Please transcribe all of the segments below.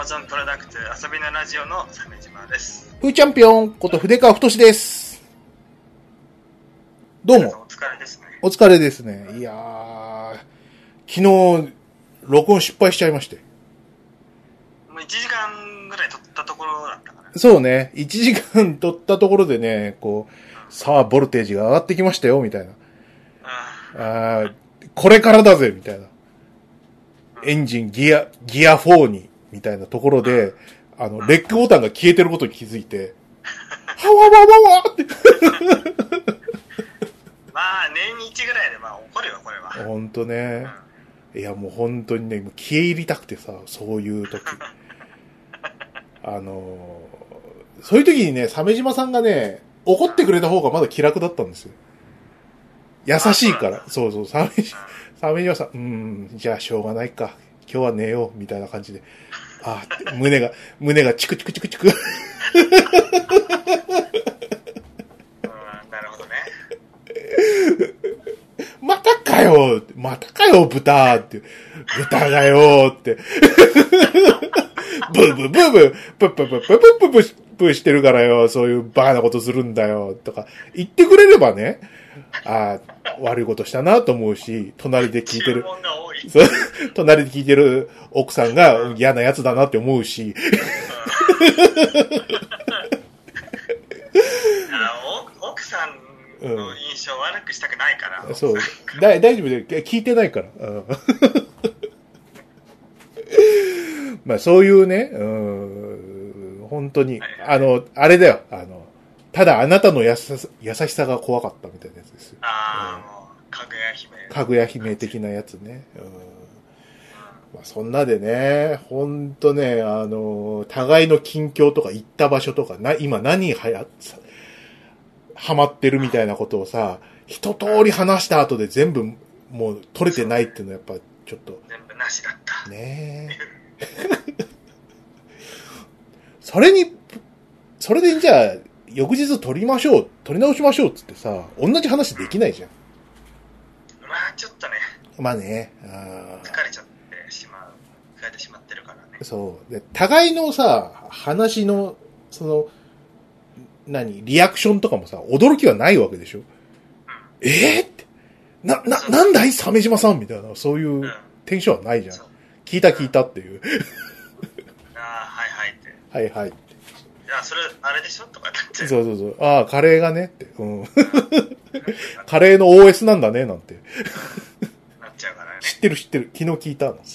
Amazon プロダクツ遊びのラジオの鮫島です。 ふーチャンピオンこと筆川太です。どうも。 お疲れですね。 お疲れですね。いやー、昨日、録音失敗しちゃいまして。 もう1時間ぐらい撮ったところだったから。 そうね。1時間撮ったところでね、こう、さあ、ボルテージが上がってきましたよ、みたいな。これからだぜ、みたいな。エンジン、ギア4に、みたいなところで、レックボタンが消えてることに気づいて、はわわわわって。 まあ、年に1ぐらいでまあ怒るよ、これは。 ほんとね。いや、もう本当にね、もう消え入りたくてさ、そういう時。そういう時にね、鮫島さんがね、怒ってくれた方がまだ気楽だったんですよ。優しいから。そうそう、鮫島さん、じゃあしょうがないか。今日は寝よう、みたいな感じで。って胸がチクチクチクチク。 なるほどね。 またかよ、豚って。豚がよって。ブーブーブーブー、プップップップップップップップッしてるからよ、そういうバカなことするんだよ、とか言ってくれればね、悪いことしたなと思うし、隣で聞いてる、隣で聞いてる奥さんが嫌なやつだなって思うし、 奥さんの印象悪くしたくないから。 そう。大丈夫で、聞いてないから。まあそういうね、本当に、あれだよ、ただあなたの優しさが怖かったみたいなやつですよ。 もう、かぐや姫的なやつね。まあそんなでね、ほんとね、互いの近況とか行った場所とか、今何ハマってるみたいなことをさ、一通り話した後で全部もう取れてないっていうのはやっぱちょっと。 全部なしだった。 ねえ。それでじゃあ、翌日取り直しましょうっつってさ、同じ話できないじゃん。 まあちょっとね。 まあね。 疲れてしまってるからね。そう。 で、互いのさ、話の、リアクションとかもさ、驚きはないわけでしょ。って。なんだい鮫島さんみたいな、そういうテンションはないじゃん。聞いたっていう。はいはいって。 いや、それ、あれでしょとか言って。 そう。カレーがねって。カレーの OS なんだね、なんて。 なっちゃうからね。 知ってる。昨日聞いたのつって。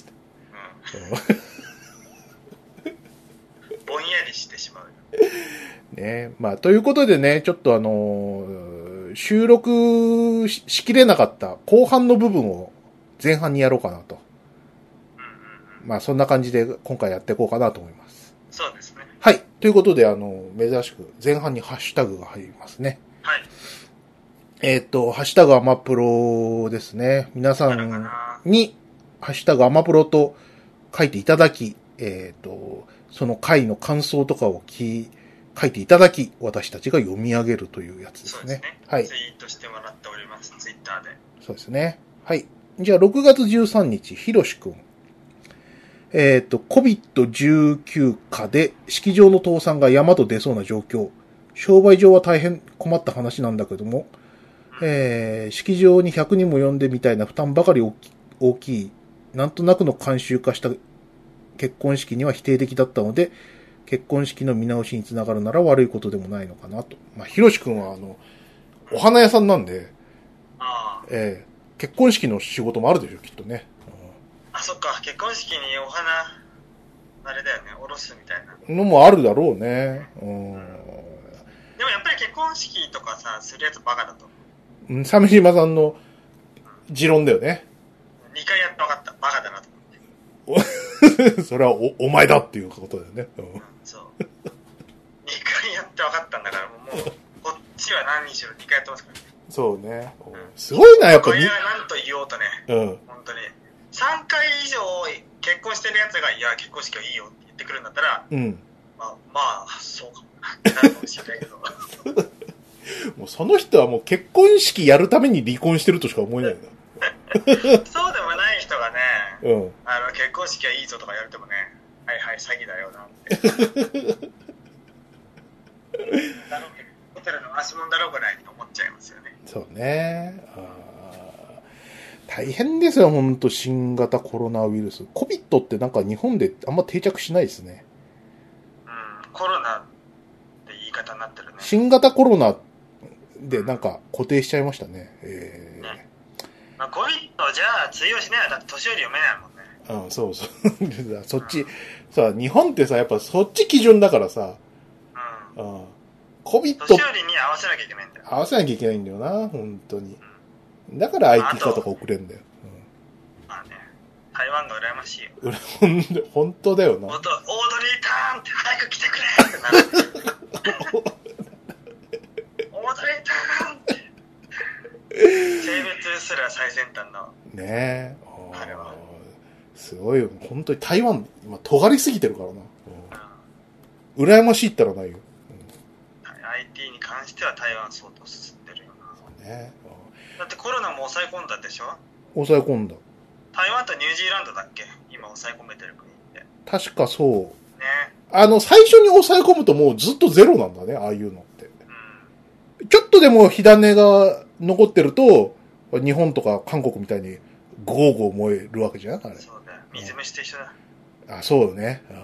ぼんやりしてしまう。 ね、まあ、ということでね、ちょっと収録しきれなかった後半の部分を前半にやろうかなと。まあ、そんな感じで今回やっていこうかなと思います。 そうですね。 はい。ということで、珍しく前半にハッシュタグが入りますね。 はい。 ハッシュタグアマプロですね。皆さんに、ハッシュタグアマプロと書いていただき、その回の感想とかを書いていただき、私たちが読み上げるというやつですね。 そうですね。 はい。 ツイートしてもらっております、ツイッターで。 そうですね。はい。じゃあ、6月13日、ひろしくん。COVID-19 下で式場の倒産が山と出そうな状況。商売上は大変困った話なんだけども、式場に100人も呼んでみたいな負担ばかり大きい、なんとなくの慣習化した結婚式には否定的だったので、結婚式の見直しにつながるなら悪いことでもないのかなと。まあ、ひろしくんはお花屋さんなんで、結婚式の仕事もあるでしょ、きっとね。 そっか、結婚式にお花、あれだよね、おろすみたいな。 のもあるだろうね。 でもやっぱり結婚式とかさ、するやつバカだと思う。鮫島さんの持論だよね。 2回やって分かった、バカだなと思って。それはお前だっていうことだよね。 そう。2回やって分かったんだから、もう、こっちは何にしろ2回やってますからね。 そうね。すごいな、やっぱり。 これは何と言おうとね、本当に。3回以上結婚してるやつが、いや、結婚式はいいよって言ってくるんだったら、まあ、そうかもな、なるかもしれないけど。 もうその人はもう結婚式やるために離婚してるとしか思えないんだ。 そうでもない人がね、結婚式はいいぞとかやれてもね、 はいはい、詐欺だよなって。ホテルの足物だろうぐらいに思っちゃいますよね。 そうね。大変ですよ、ほんと、新型コロナウイルス。コビットってなんか日本であんま定着しないですね。 うん、コロナって言い方になってるね。 新型コロナでなんか固定しちゃいましたね。 ね、まあ、コビットじゃあ通用しないよ。だって年寄り読めないもんね。 うん、そうそう。そっち、さ、日本ってさ、やっぱそっち基準だからさ、 うん。 コビット。 年寄りに合わせなきゃいけないんだよ。 合わせなきゃいけないんだよな、本当に。だから IT 化とか遅れんだよ。 まあね、台湾が羨ましいよ。 本当だよな。 オードリーターンって早く来てくれってなる。オードリーターンって。性別すら最先端の。 ねえ。 あれは。 すごいよ。本当に台湾、今、尖りすぎてるからな。羨ましいったらないよ。 IT に関しては台湾相当進んでるよな。 ね。 だってコロナも抑え込んだでしょ？ 抑え込んだ。 台湾とニュージーランドだっけ？今抑え込めてる国って。 確かそう。 ね。 最初に抑え込むともうずっとゼロなんだね、ああいうのって。うん、ちょっとでも火種が残ってると、日本とか韓国みたいにゴーゴー燃えるわけじゃんあれ。 そうだよ。水虫と一緒だ。 あ、そうよね。 ね。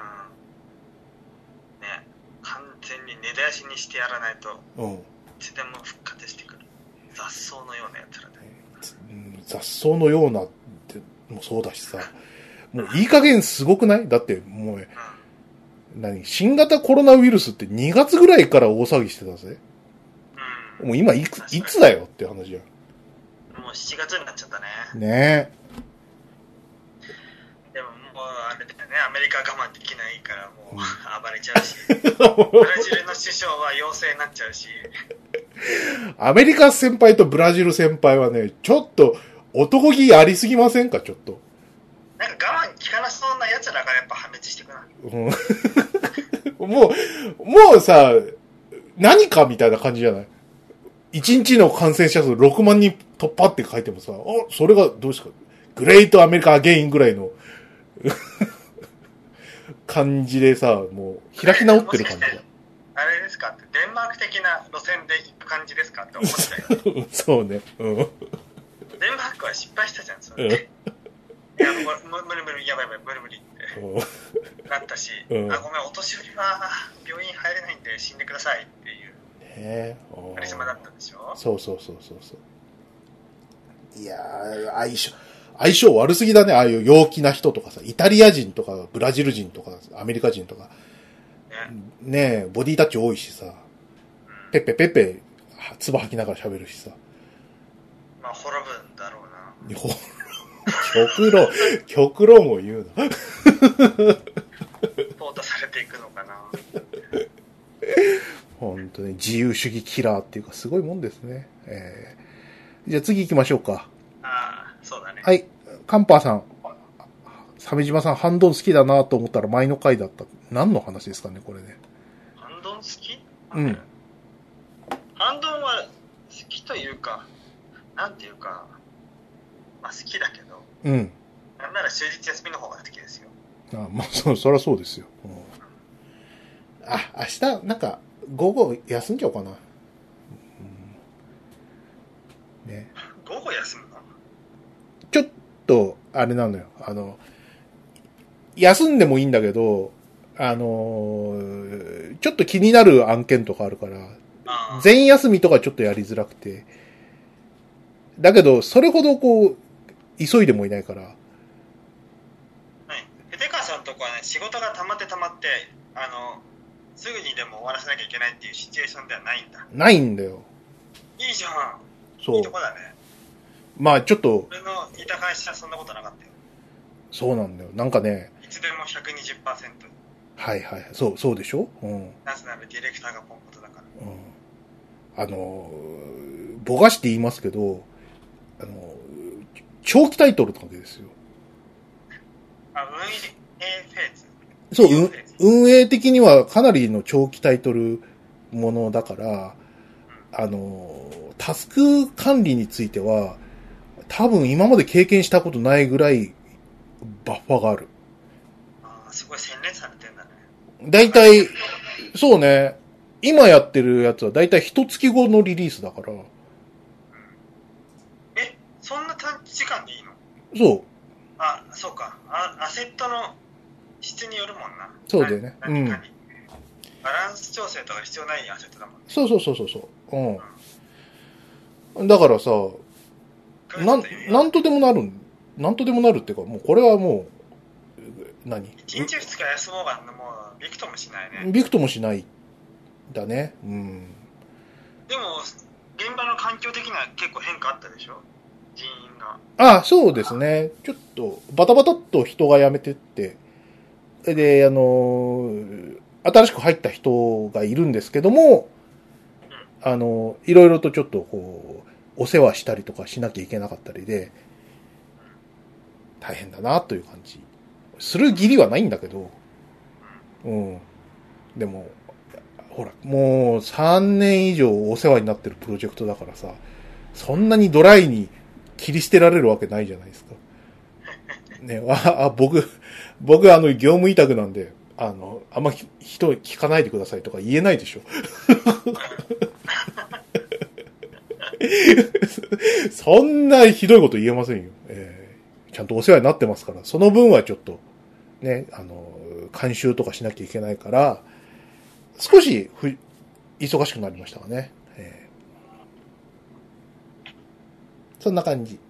完全に根絶やしにしてやらないと、いつでも復活してくる。雑草のようなやつらで。 雑草のようなってもそうだしさ、もういい加減すごくない？だってもう、新型コロナウイルスって2月ぐらいから大騒ぎしてたぜ。もう今いつだよって話じゃん。 もう7月になっちゃったね。 ねえ。でももうあれだよね、アメリカ我慢できないからもう暴れちゃうし、ブラジルの首相は陽性になっちゃうし。 アメリカ先輩とブラジル先輩はね、ちょっと男気ありすぎませんか、ちょっと。 なんか我慢効かなそうな奴らがやっぱ破滅してくな。 もうさ、何かみたいな感じじゃない？1日の感染者数6万人突破って書いてもさ、それがどうですか？グレートアメリカアゲインぐらいの感じでさ、もう開き直ってる感じが。 あれですかって、デンマーク的な路線で行く感じですかって思っちゃうよ。 そうね。 デンマークは失敗したじゃん、それ。いや、無理、やばい、無理ってなったし、ごめん、お年寄りは病院入れないんで死んでくださいっていうカリスマだったでしょ。そう。 いやー、相性悪すぎだね。ああいう陽気な人とかさ、イタリア人とかブラジル人とかアメリカ人とかねえ、ボディタッチ多いしさ、ペッペ唾吐きながら喋るしさ。 まあ滅ぶんだろうな。 極論を言うな。 淘汰されていくのかな。 本当に自由主義キラーっていうかすごいもんですね。じゃあ次行きましょうか。 そうだね。 はい。カンパーさん。鮫島さん、ハンドン好きだなと思ったら前の回だった。何の話ですかね、これね。 ハンドン好き？ うん。 ハンドンは好きというか、なんていうか、まあ好きだけど、なんなら終日休みの方が好きですよ。 まあ、そりゃそうですよ。明日、なんか、午後休んじゃおうかな。ね。 午後休むの？ ちょっと、あれなのよ。休んでもいいんだけど、ちょっと気になる案件とかあるから、全休みとかちょっとやりづらくて。だけど、それほど急いでもいないから。はい。 ペテカさんとかはね、仕事が溜まって、すぐにでも終わらせなきゃいけないっていうシチュエーションではないんだ。 ないんだよ。 いいじゃん。 そう。 いいとこだね。 まあちょっと。 俺のいた会社はそんなことなかったよ。 そうなんだよ。なんかね。 いつでも 120%。 はい。そうでしょ？ なぜならディレクターがポンコツだから。 ぼかして言いますけど、長期タイトルなわけですよ。 運営フェーズ。 そう、運営的にはかなりの長期タイトルものだから、タスク管理については、多分今まで経験したことないぐらいバッファがある。 すごい洗練されてんだね。 大体、そうね。今やってるやつは大体一月後のリリースだから。 そんな短時間でいいの？ そう。 そうか。アセットの質によるもんな。 そうだよね。 何かに。バランス調整とか必要ないアセットだもんね。 そう。うん。だからさ、なんとでもなるっていうか、もうこれはもう、 1日2日休もうが、もう、びくともしないね。 びくともしないだね。うん。 でも、現場の環境的には結構変化あったでしょ？人員が。 そうですね。ちょっと、バタバタっと人が辞めてって、で、新しく入った人がいるんですけども、いろいろとちょっとこう、お世話したりとかしなきゃいけなかったりで、大変だなという感じ。する義理はないんだけど、うん。でも、ほら、もう3年以上お世話になってるプロジェクトだからさ、そんなにドライに切り捨てられるわけないじゃないですか。ね、僕業務委託なんで、あんま人聞かないでくださいとか言えないでしょ。そんなひどいこと言えませんよ。ちゃんとお世話になってますから、その分はちょっと、ね、監修とかしなきゃいけないから、少し忙しくなりましたわね。そんな感じ。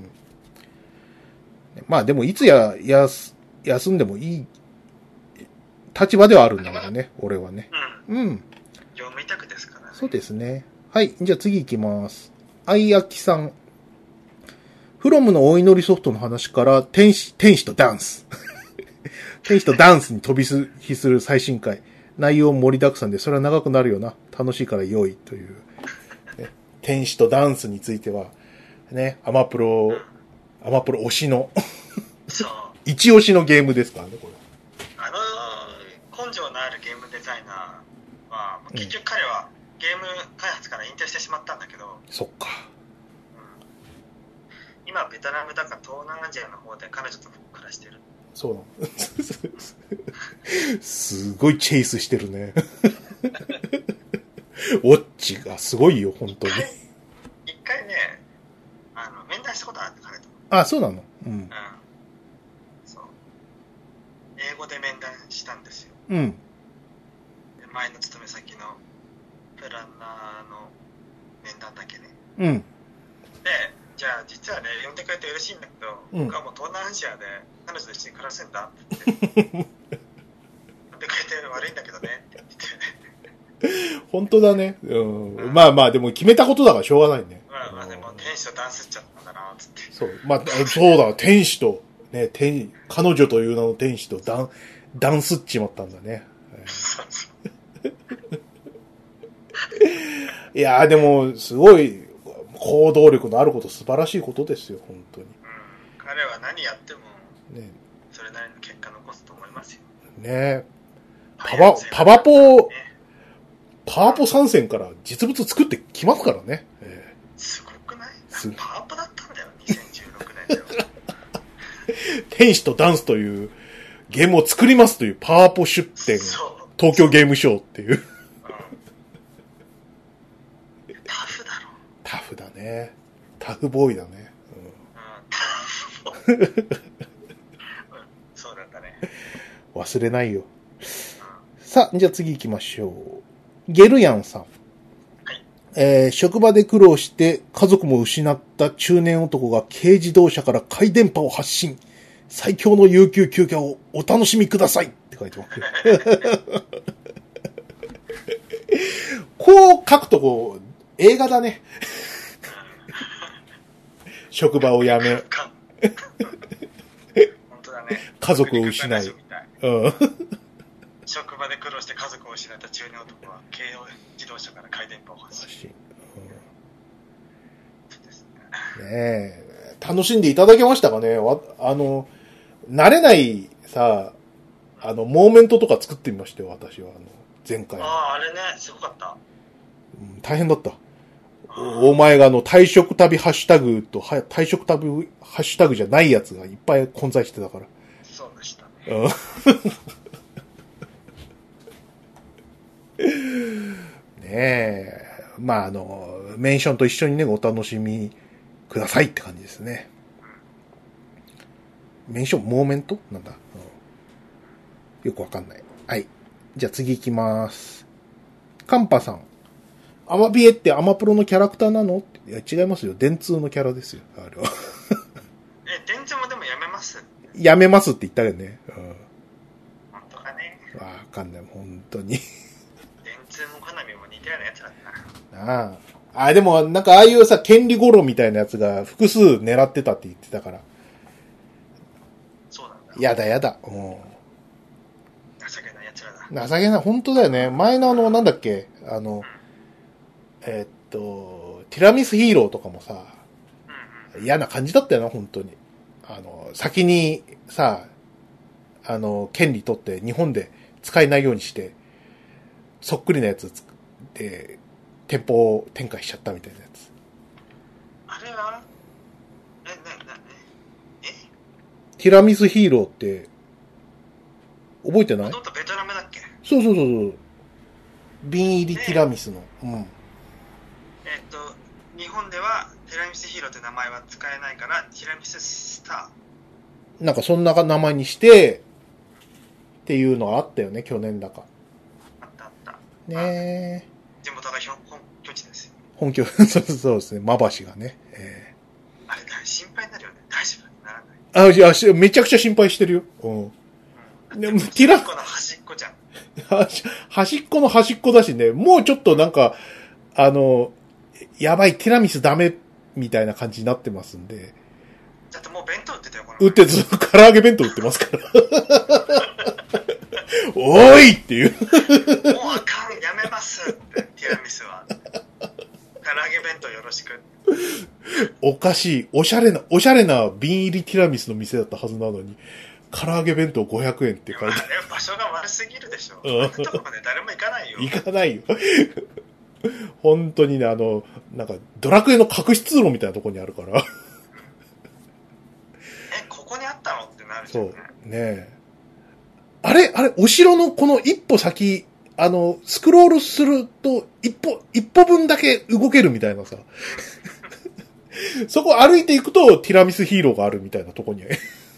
うん、まあでもいつ休んでもいい立場ではあるんだけどね、俺はね。 うん。業務委託ですからね。 そうですね。はい、じゃあ次行きます。あいあきさん。フロムのお祈りソフトの話から天使とダンス。天使とダンスに飛び火する最新回。内容盛りだくさんで、それは長くなるよな。楽しいから良いという。ね、天使とダンスについては、ね、アマプロ推しのそう。 一押しのゲームですからね、これ。 根性のあるゲームデザイナーは、結局彼はゲーム開発から引退してしまったんだけど、 そっか。 今ベトナムだか東南アジアの方で彼女と暮らしてる。 そうなの。すごいチェイスしてるね。ウォッチがすごいよ、本当に。 一回ね、面談したことあるって彼と。 そうなの。うん。 そう。英語で面談したんですよ。 うん。 前の勤め先のプランナーの面談だけね。 うん。 で、じゃあ実はね、呼んでくれて嬉しいんだけど、僕はもう東南アジアで彼女と一緒に暮らすんだって言って。呼んでくれて悪いんだけどねって言って。 本当だね。うん。まあでも決めたことだからしょうがないね。 まあでも天使とダンスしちゃったんだなつって。 そう。そうだ、天使と、ね、彼女という名の天使とダンスっちまったんだね。いやーでも、すごい、行動力のあること、素晴らしいことですよ、本当に。 彼は何やっても、それなりの結果残すと思いますよ。 ねパワポ参戦から実物作ってきますからね。 すごくない？パワポだったんだよ、2016年では。 天使とダンスというゲームを作りますというパワポ出展、東京ゲームショーっていう。 タフだろ。 タフだね。タフボーイだね。 そうだったね。 忘れないよ。さあ、じゃあ次行きましょう。ゲルヤンさん。はい。職場で苦労して家族も失った中年男が軽自動車から回電波を発信。最強の有給休暇をお楽しみくださいって書いてます。こう書くとこう、映画だね。職場を辞め。 本当だね。 家族を失い。 職場で苦労して家族を失った中年男は軽自動車から回電波を発信。 ねえ、楽しんでいただけましたかね。慣れないさ、モーメントとか作ってみましたよ、私は。前回。 あれね、すごかった。 大変だった。お前が退職旅ハッシュタグと、退職旅ハッシュタグじゃないやつがいっぱい混在してたから。 そうでしたね。 ねえ。まあ、メンションと一緒にね、お楽しみくださいって感じですね。メンション、モーメントなんだ、よくわかんない。はい。じゃあ次行きます。カンパさん。アマビエってアマプロのキャラクターなの？いや、違いますよ。電通のキャラですよ。あれは。 電通もでもやめます？ やめますって言ったよね。 本当かね。 わかんない。本当に。 電通もコナミも似たようなやつだったな。ああ。でも、なんかああいうさ、権利ゴロみたいなやつが複数狙ってたって言ってたから。 そうなんだ。 やだやだ。 情けないやつらだ。 情けない。本当だよね。前のなんだっけ、ティラミスヒーローとかもさ、嫌な感じだったよな、本当に。先にさ、権利取って日本で使えないようにして、そっくりなやつ作って、店舗展開しちゃったみたいなやつ。 あれはティラミスヒーローって、覚えてない？ もともとベトナムだっけ？ そう。瓶入りティラミスの。 日本ではティラミスヒーローって名前は使えないから、ティラミススター。なんかそんな名前にして、っていうのがあったよね、去年だか。 あった。 ねえ。 地元が本拠地ですよ。 本拠、そうですね、まばしがね。 あれ、心配になるよね。大丈夫にならない？めちゃくちゃ心配してるよ。 でも、ティラミスの端っこじゃん。 端っこの端っこだしね、もうちょっとなんか、やばい、ティラミスダメ、みたいな感じになってますんで。 だってもう弁当売ってたよ、この。 売ってる、唐揚げ弁当売ってますから。おーいっていう。 もうあかん、やめますって、ティラミスは。唐揚げ弁当よろしく。 おかしい。おしゃれな瓶入りティラミスの店だったはずなのに、唐揚げ弁当500円って書いてある。 場所が悪すぎるでしょ。行くとこまで誰も行かないよ。 行かないよ。本当にね、なんか、ドラクエの隠し通路みたいなところにあるから。 ここにあったのってなるじゃんね。そう。 ねえ。あれ、お城のこの一歩先、スクロールすると、一歩分だけ動けるみたいなさ。そこ歩いていくと、ティラミスヒーローがあるみたいなとこに。い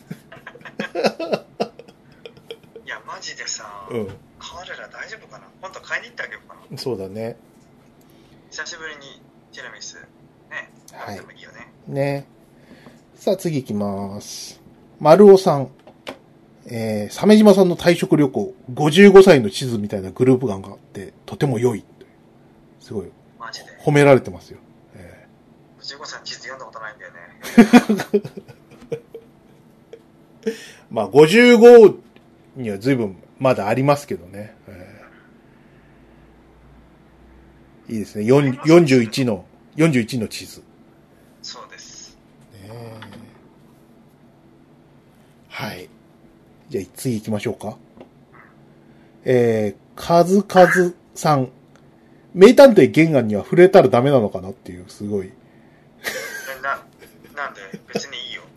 や、マジでさ、彼ら大丈夫かな？今度買いに行ってあげようかな。 そうだね。 久しぶりにティラミス、ね。 はい。 でもいいよね。 ね。さあ次行きます。丸尾さん。鮫島さんの退職旅行、55歳の地図みたいなグループ感があって、とても良い。すごい。 マジで。 褒められてますよ。 55歳の地図読んだことないんだよね。 まあ、55には随分まだありますけどね。いいですね。41の地図。 そうです。 はい。じゃあ次行きましょうか。カズカズさん。名探偵玄安には触れたらダメなのかなっていう、すごい。 なんで別にいいよ。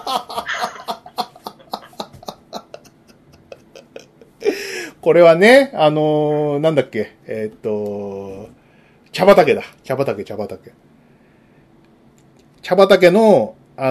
これはね、なんだっけ、茶畑だ。茶畑。茶畑の、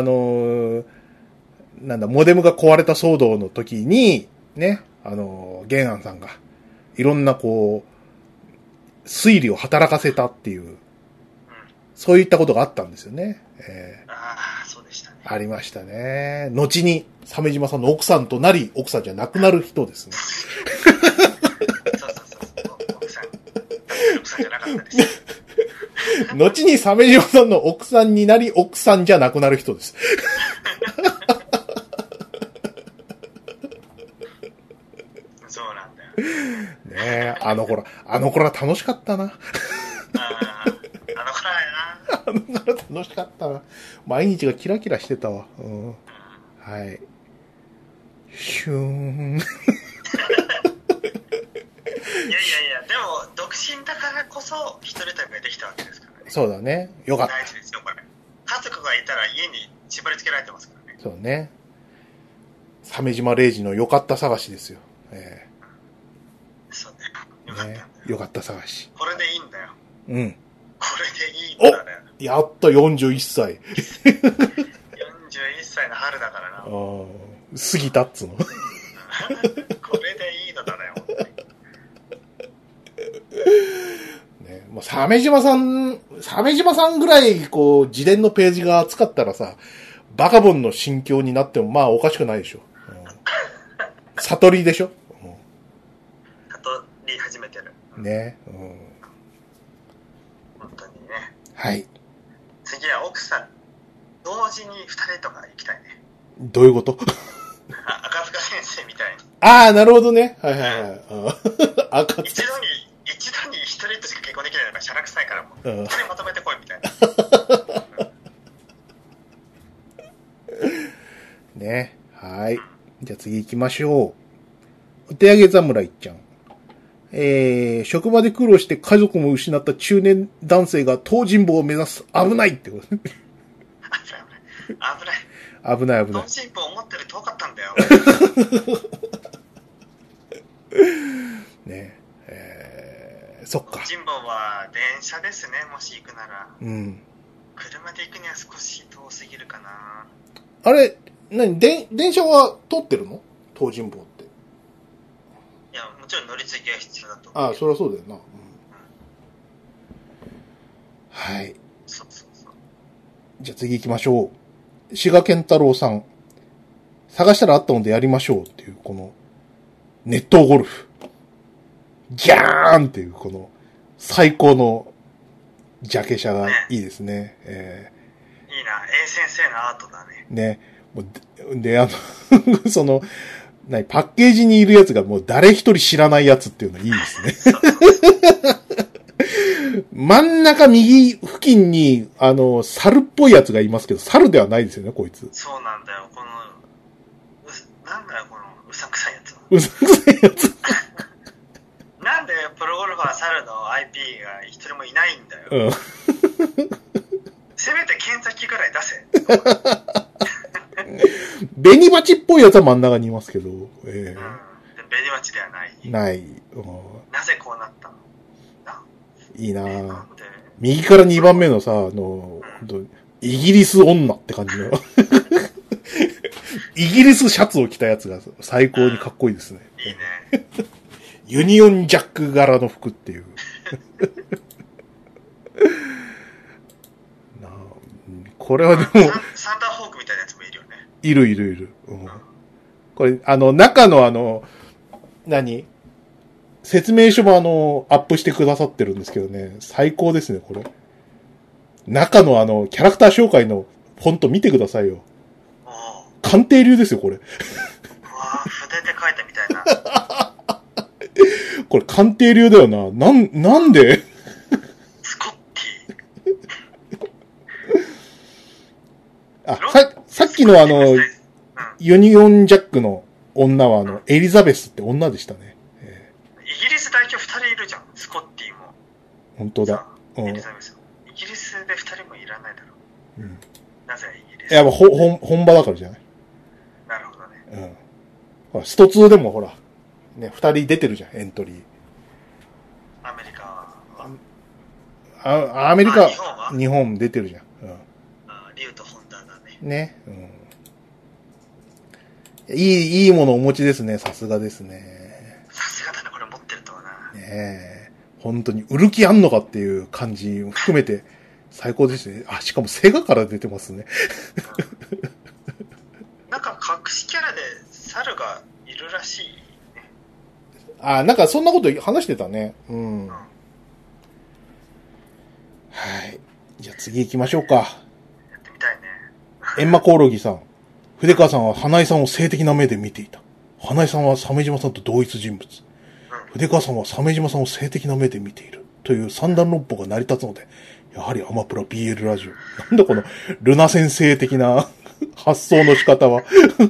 なんだ、モデムが壊れた騒動の時に、ね、玄安さんが、いろんなこう、推理を働かせたっていう、そういったことがあったんですよね。 そうでしたね。 ありましたね。後に、鮫島さんの奥さんとなり、奥さんじゃなくなる人ですね。 そう。奥さんじゃなかったです。 後に鮫島さんの奥さんになり、奥さんじゃなくなる人です。 そうなんだよ。 ねえ、あの頃は楽しかったな。 あの頃楽しかったな。毎日がキラキラしてたわ。はい。シューン。いや、 でも、独身だからこそ、一人旅ができたわけですからね。 そうだね。よかった。 大事ですよ、これ。家族がいたら家に縛り付けられてますからね。 そうね。 鮫島礼二のよかった探しですよ。 そうね。よかったんだよ。 よかった探し。 これでいいんだよ。 うん。 これでいいんだよ。 やっと41歳。 41歳の春だからな。 過ぎたっつうの。 これでいいのだね。 ね、もう鮫島さんぐらい、こう、自伝のページが厚かったらさ、バカボンの心境になってもまあおかしくないでしょ。悟りでしょ。 悟り始めてる。 ね。 本当にね。 はい。 次は奥さん、同時に2人とか行きたいね。 どういうこと赤塚先生みたいに。 ああ、なるほどね。はいはいはい。赤塚。 一度に1人としか結婚できないのがしゃらくさいからもう、2人まとめてこいみたいな。ね。はい。じゃあ次行きましょう。お手上げ侍ちゃん。職場で苦労して家族も失った中年男性が東尋坊を目指す。危ないってこと。危ない。 東尋坊思ったより遠かったんだよ。 ね。そっか。 東尋坊は電車ですね、もし行くなら。 うん。 車で行くには少し遠すぎるかな。 あれ、電車は通ってるの？東尋坊って。 いや、もちろん乗り継ぎは必要だと思う。 ああ、そりゃそうだよな。うん、はい。 そう。 じゃあ次行きましょう。志賀健太郎さん。探したらあったのでやりましょうっていう、この、熱湯ゴルフ。ギャーンっていう、この、最高の、ジャケ写がいいですね。 いいな、A 先生のアートだね。 ね。で、その、パッケージにいるやつがもう誰一人知らないやつっていうのはいいですね。真ん中右付近に、猿っぽいやつがいますけど、猿ではないですよね、こいつ。 そうなんだよ、なんだよ、このうさんくさいやつは。 うさんくさいやつ。 なんでプロゴルファー猿の IP が一人もいないんだよ。せめて剣先ぐらい出せ。 紅鉢っぽいやつは真ん中にいますけど。 紅鉢ではない。 ない。 なぜこうなったの？ いいなぁ。右から2番目のさ、イギリス女って感じの。イギリスシャツを着たやつが最高にかっこいいですね。 いいね。 ユニオンジャック柄の服っていう。これはでもサンダーホークみたいなやつもいるよね。 いる。これ、中の説明書もアップしてくださってるんですけどね、最高ですね、これ。中のキャラクター紹介のフォント見てくださいよ。鑑定流ですよ、これ。 うわぁ、筆で書いたみたいな。 これ鑑定流だよな。なんでスコッティ。 さっきのユニオンジャックの女はエリザベスって女でしたね。 イギリス代表2人いるじゃん、スコッティも。 本当だ。 エリザベス。イギリスで2人もいらないだろう。うん。なぜイギリス？ いや、本場だからじゃない。 なるほどね。 うん。ほら、スト2でもほら、ね、2人出てるじゃん、エントリー。 アメリカは？アメリカ、日本出てるじゃん。うん。 リュウとホンダだね。 ね。うん。いいものお持ちですね。さすがですね。 さすがだね、これ持ってるとはな。 ねえ。本当に、売る気あんのかっていう感じを含めて、最高ですね。しかもセガから出てますね。 なんか隠しキャラで猿がいるらしいね。 なんかそんなこと話してたね。うん。はい。じゃあ次行きましょうか。やってみたいね。 エンマコオロギさん。筆川さんは花井さんを性的な目で見ていた。花井さんは鮫島さんと同一人物。筆川さんは鮫島さんを性的な目で見ている。という三段論法が成り立つので、やはりアマプラ BL ラジオ。なんだこのルナ先生的な発想の仕方は。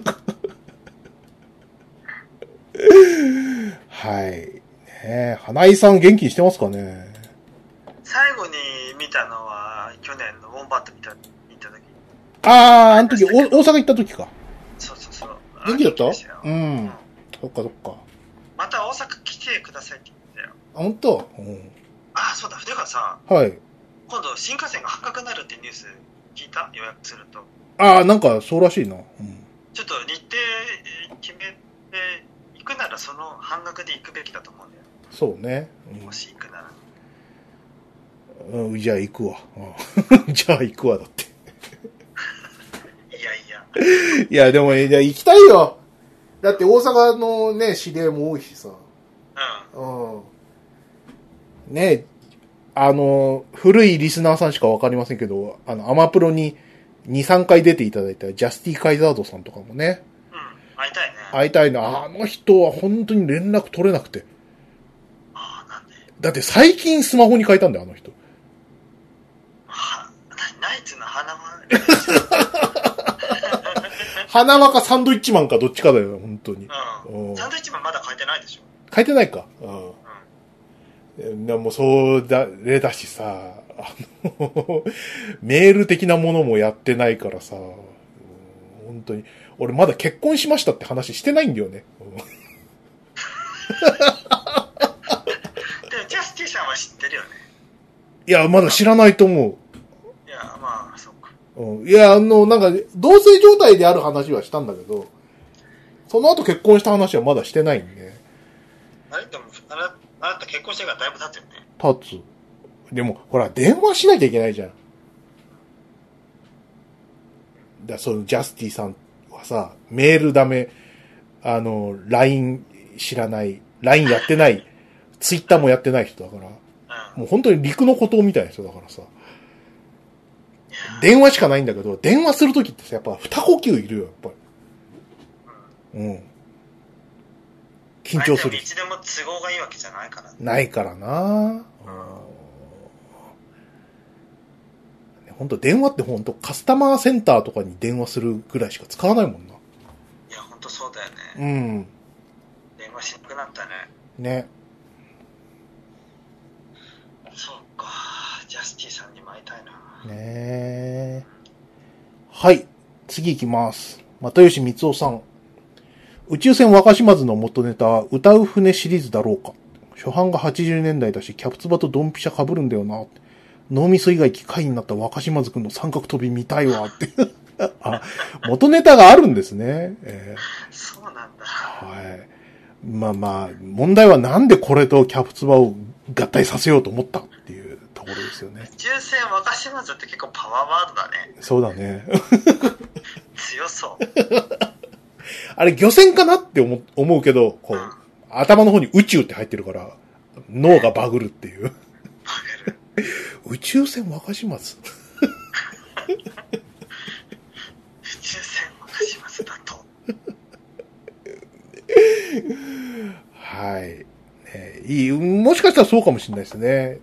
はい。ね、花井さん元気にしてますかね。 最後に見たのは去年のウォンバット見た時。 あの時大阪行った時か。 そう。 元気だった？ 元気ですよ。 うん。そっかそっか。 また大阪来てくださいって言ってたよ。 あ、ほんと？うん。 あ、そうだ、筆川さん。 はい。 今度新幹線が半額になるってニュース聞いた？予約すると。 ああ、なんかそうらしいな。うん。 ちょっと日程決めて、行くならその半額で行くべきだと思うんだよ。 そうね。 うん、もし行くなら。 うん、じゃあ行くわ。うん、じゃあ行くわ、だって。 いやいや。 いや、でも、いや、行きたいよ。だって大阪のね、知り合いも多いしさ。 うん。 うん。ね、古いリスナーさんしかわかりませんけど、アマプロに2、3回出ていただいたジャスティ・カイザードさんとかもね。 うん。会いたいね。 会いたいな。あの人は本当に連絡取れなくて。 ああ、なんで？ だって最近スマホに変えたんだよ、あの人。 ナイツの花輪花輪かサンドイッチマンかどっちかだよ、本当に。 うん。サンドイッチマンまだ変えてないでしょ？ 変えてないか。うん。でもそうだ、れだしさ、メール的なものもやってないからさ、本当に。俺まだ結婚しましたって話してないんだよね。 でもジャスティさんは知ってるよね。 いや、まだ知らないと思う。 いや、まあ、そうか。 いや、なんか、同棲状態である話はしたんだけど、その後結婚した話はまだしてないんで。 あれでも、あなた結婚してからだいぶ経ってるね。 経つ。でも、ほら、電話しなきゃいけないじゃん。その、ジャスティさんはさ、メールダメ、LINE 知らない、LINE やってない、Twitter もやってない人だから、もう本当に陸の孤島みたいな人だからさ、電話しかないんだけど、電話するときってさ、やっぱ二呼吸いるよ、やっぱり。うん。緊張する。 いつでも都合がいいわけじゃないから。 ないからな。本当電話って本当カスタマーセンターとかに電話するぐらいしか使わないもんな。 いや、本当そうだよね。 うん。 電話しなくなったね。 ね。 そうか。ジャスティさんにも会いたいな。 ねえ。はい。次行きます。又吉光夫さん。宇宙船若島津の元ネタ、歌う船シリーズだろうか。初版が80年代だし、キャプツバとドンピシャ被るんだよな。脳みそ以外機械になった若島津くんの三角飛び見たいわって。あ、元ネタがあるんですね。 そうなんだ。 はい。まあまあ、問題はなんでこれとキャプツバを合体させようと思ったっていうところですよね。 宇宙船若島津って結構パワーワードだね。 そうだね。 強そう。 あれ漁船かなって思うけど、こう、頭の方に宇宙って入ってるから、脳がバグるっていう。 バグる。 宇宙船若島津宇宙船若島津だと。 はい。いい。もしかしたらそうかもしれないですね。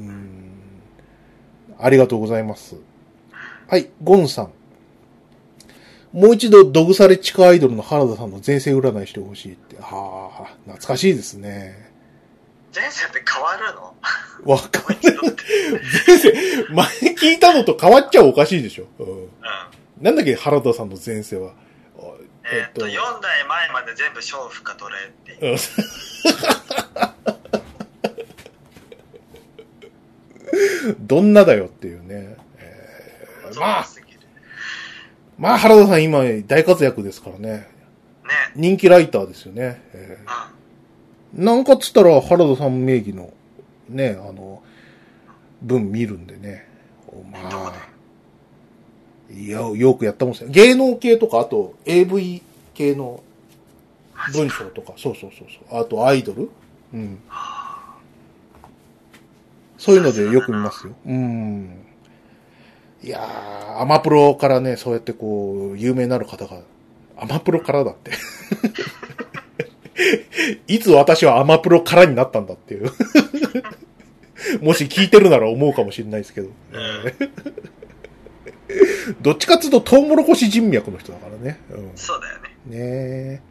ありがとうございます。はい、ゴンさん。もう一度、ドグサレ地下アイドルの原田さんの前世占いしてほしいって。はあ、懐かしいですね。 前世って変わるの？ わかんない。前世、前聞いたのと変わっちゃおかしいでしょ。なんだっけ、原田さんの前世は。 4代前まで全部娼婦か奴隷っていう。 どんなだよっていうね。まあ、原田さん今大活躍ですからね。人気ライターですよね。なんかっつったら原田さん名義のね、文見るんでね。まあ、いや、よくやったもんですよ。芸能系とか、あと AV 系の文章とか、そう。あとアイドル？うん。そういうのでよく見ますよ。いやー、アマプロからね、そうやってこう、有名になる方が、アマプロからだって。いつ私はアマプロからになったんだっていう。もし聞いてるなら思うかもしれないですけど。どっちかっていうと、トウモロコシ人脈の人だからね。 そうだよね。 ね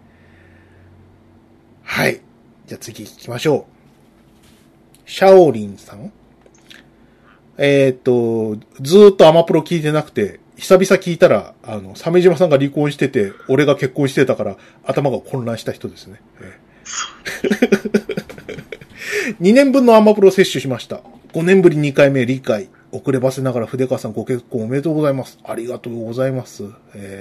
はい。じゃあ次行きましょう。シャオリンさん。ずーっとアマプロ聞いてなくて、 久々聞いたら、鮫島さんが離婚してて、俺が結婚してたから、頭が混乱した人ですね。2年分のアマプロ摂取しました。5年ぶり2回目理解。遅ればせながら筆川さんご結婚おめでとうございます。ありがとうございます。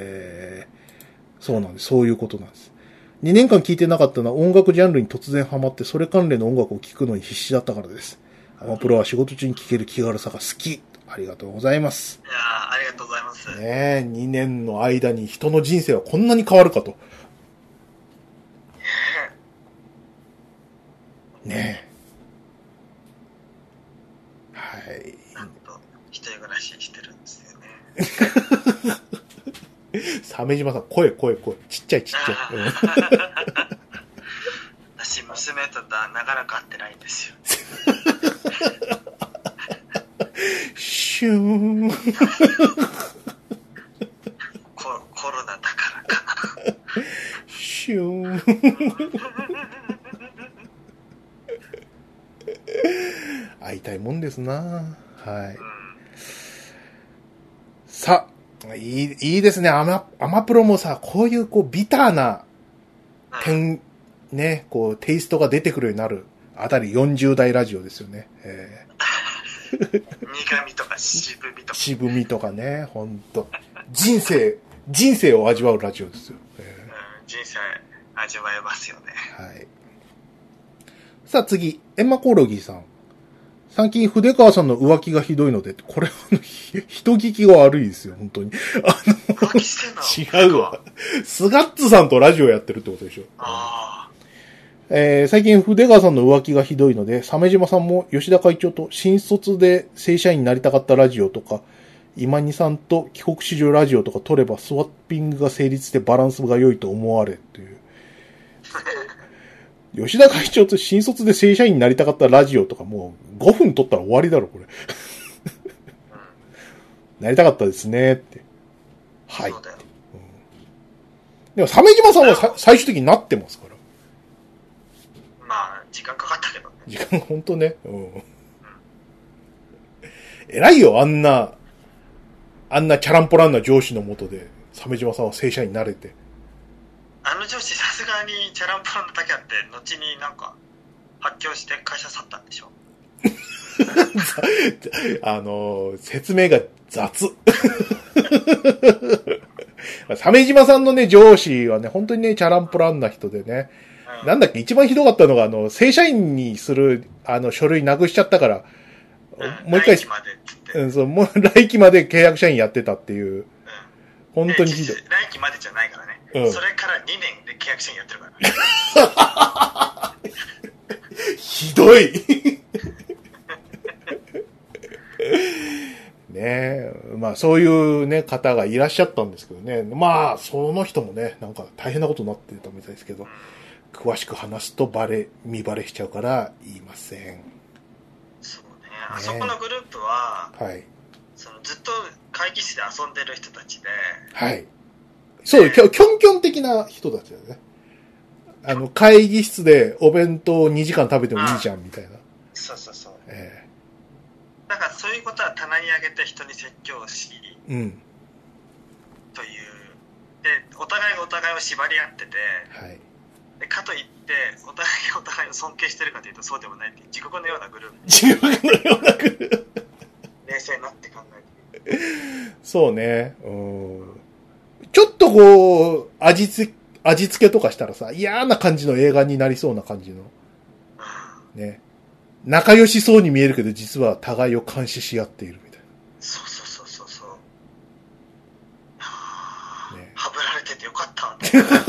そうなんです。そういうことなんです。2年間聴いてなかったのは音楽ジャンルに突然ハマってそれ関連の音楽を聴くのに必死だったからです。アマプロは仕事中に聴ける気軽さが好き。ありがとうございます。 いやー、ありがとうございます。 ねえ、2年の間に人の人生はこんなに変わるかと。ねえ。はい。 なんと、一人暮らししてるんですよね。 鮫島さん、声。ちっちゃい。 私、娘となかなか会ってないんですよ。 シューン。 コロナだからかな。 シューン。会いたいもんですな。はい。さあ、いいですね。アマプロもさ、こういうビターなね、テイストが出てくるようになるあたり40代ラジオですよね。 苦味とか渋みとか。 渋みとかね、ほんと。人生を味わうラジオですよ。 人生味わえますよね。 はい。さあ次、エンマコオロギーさん。最近筆川さんの浮気がひどいので、これ人聞きが悪いですよ、本当に。 浮気してんの？ 違うわ。スガッツさんとラジオやってるってことでしょ。最近筆川さんの浮気がひどいので、鮫島さんも吉田会長と新卒で正社員になりたかったラジオとか、今にさんと帰国子女ラジオとか取ればスワッピングが成立してバランスが良いと思われという。吉田会長と新卒で正社員になりたかったラジオとかもう5分撮ったら終わりだろ、これ。なりたかったですねって。はい。 そうだよ。 でも鮫島さんは最終的になってますから。 まあ、時間かかったけどね。 時間ほんとね。偉いよ、あんなチャランポランな上司のもとで、鮫島さんは正社員になれて。 あの上司さすがにチャランポランなだけあって、後になんか、発狂して会社去ったんでしょ？ 説明が雑。鮫島さんのね、上司はね、本当にね、チャランポランな人でね、なんだっけ、一番ひどかったのが、正社員にする、書類なくしちゃったから、もう一回、 来期までって言って。 そう、もう来期まで契約社員やってたっていう、本当にひどい。 来期までじゃないからね。それから2年で契約社員やってるからね。 ひどいねえ、まあそういうね、方がいらっしゃったんですけどね。まあ、その人もね、なんか大変なことになってたみたいですけど、詳しく話すと見バレしちゃうから言いません。 そうね。あそこのグループは、 はい。 ずっと会議室で遊んでる人たちで、 はい。そう、キョンキョン的な人たちだよね。会議室でお弁当を2時間食べてもいいじゃん、みたいな。 そうそうそう。だからそういうことは棚に上げて人に説教し、という。で、お互いがお互いを縛り合ってて、はい。で、かといって、お互いがお互いを尊敬してるかというとそうでもないっていう、地獄のようなグループ。 地獄のようなグループ。 冷静になって考えて。 そうね。ちょっと味付けとかしたらさ、嫌な感じの映画になりそうな感じの。ね。仲良しそうに見えるけど、実は互いを監視し合っているみたいな。 そう。ね、はぶられててよかった。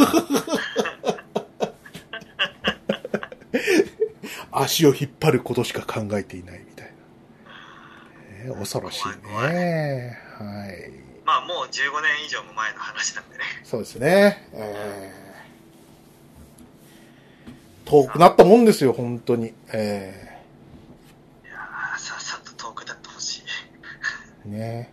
足を引っ張ることしか考えていないみたいな。恐ろしいね。はい。 まあもう15年以上も前の話なんでね。 そうですね。遠くなったもんですよ、本当に。いやさっさと遠くなってほしい。 ね。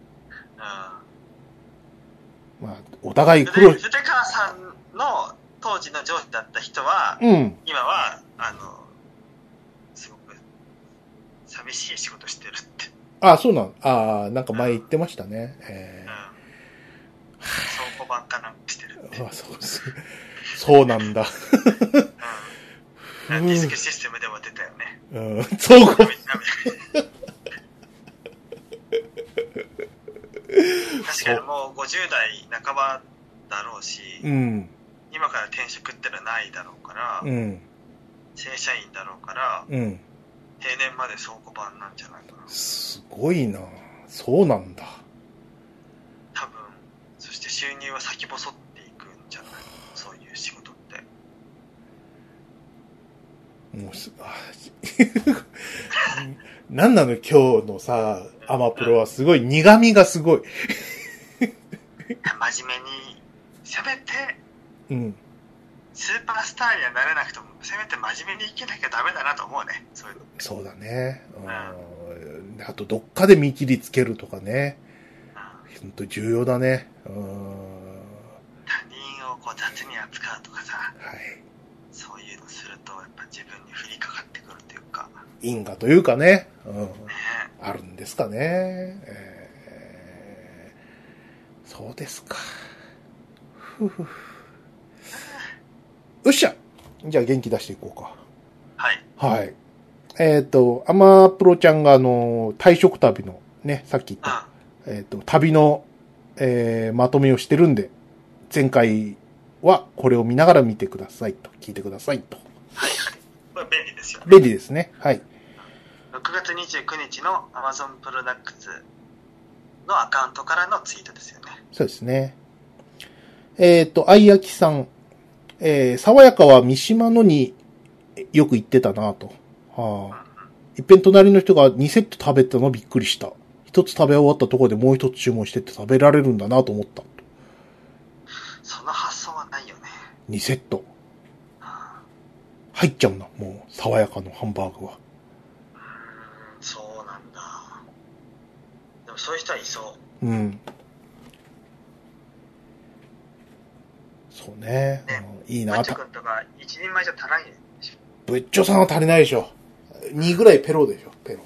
まあ、お互い筆川さんの当時の上司だった人は、今は、すごく寂しい仕事してるって。 あ、そうなん。なんか前言ってましたね。 庫版かなんかしてるって。 あ、そうなんだ。 ディスクシステムでも出たよね。 うん、倉庫版。 確かにもう50代半ばだろうし、 うん、 今から転職ってのはないだろうから、 うん、 正社員だろうから、 うん、 定年まで倉庫版なんじゃないかな。 すごいな。そうなんだ。 多分。そして収入は先細っていくんじゃない？そういう仕事って。 もうなんなの今日のさ、アマプロはすごい苦味がすごい。 真面目に喋って、 うん。 スーパースターにはなれなくても、せめて真面目に生きなきゃダメだなと思うね。そういうの。 そうだね。あとどっかで見切りつけるとかね。本当重要だね。 他人をこう雑に扱うとかさ。はい。そういうのするとやっぱ自分に降りかかってくるというか。因果というかね。あるんですかね。そうですか。よっしゃ。じゃあ元気出していこうか。 はい。 はい。アマプロちゃんが退職旅のね、さっき言った、旅の、まとめをしてるんで、前回はこれを見ながら見てくださいと、聞いてくださいと。 はいはい。これ便利ですよね。 便利ですね。はい。 6月29日の Amazon プロダクツのアカウントからのツイートですよね。 そうですね。あいやきさん、爽やかは三島のによく行ってたなと。いっぺん隣の人が2セット食べたのびっくりした。一つ食べ終わったところでもう一つ注文してって食べられるんだなと思った。 その発想はないよね。 2セット。入っちゃうんだ。もう、爽やかのハンバーグは。 そうなんだ。でもそういう人はいそう。 うん。そうね。いいな。 ブッチョ君とか一人前じゃ足らんよ。 ブッチョさんは足りないでしょ。2ぐらいペロでしょ、ペロ。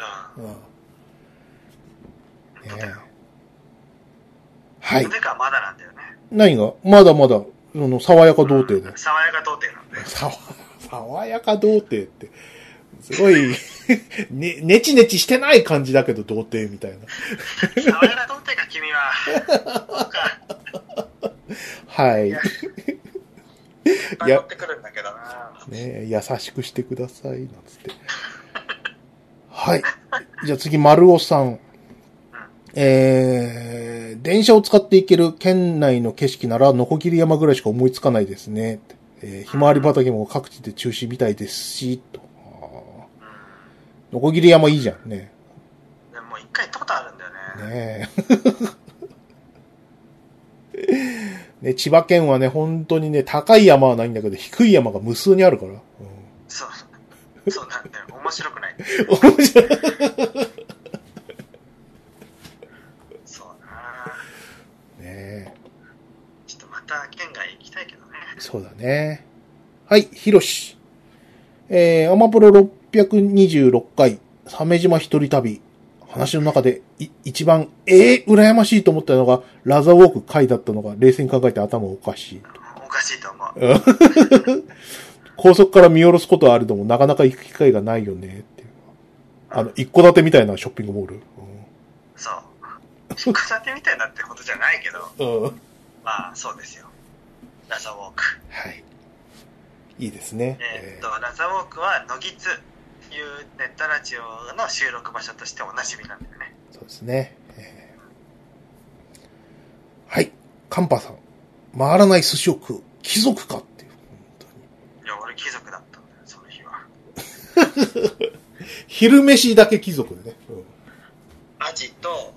はい。 それかまだなんだよね。 何がまだまだ、爽やか童貞で。 爽やか童貞なんで。 爽やか童貞って、すごい、ねちねちしてない感じだけど、童貞みたいな。 爽やか童貞か、君は。そうか。 はい。いっぱい乗ってくるんだけどな。 ね、優しくしてください、なんつって。はい。じゃあ次、丸尾さん。電車を使って行ける県内の景色なら、のこぎり山ぐらいしか思いつかないですね。ひまわり畑も各地で中止みたいですし、と。のこぎり山いいじゃんね。 でも一回行ったことあるんだよね。 ねね、千葉県はね、本当にね、高い山はないんだけど、低い山が無数にあるから。 そうなんだよ。面白くない。 面白い。 そうなねちょっとまた県外行きたいけどね。 そうだね。はい、ひろし。アマプロ626回、鮫島一人旅。話の中で一番、羨ましいと思ったのが、ラザーウォーク回だったのが、冷静に考えて頭おかしい。 おかしいと思う。 高速から見下ろすことはあるのも、なかなか行く機会がないよね、っていう。一戸建てみたいなショッピングモール。 そう。一戸建てみたいなってことじゃないけど。まあ、そうですよ。ラザーウォーク。 はい。いいですね。 ラザーウォークは、野木津。いうネットラジオの収録場所としておなじみなんだよね。 そうですね。はい。カンパさん。回らない寿司を食う。貴族かっていう。本当に。 いや、俺貴族だったんだよ、その日は。 昼飯だけ貴族でね。 アジと、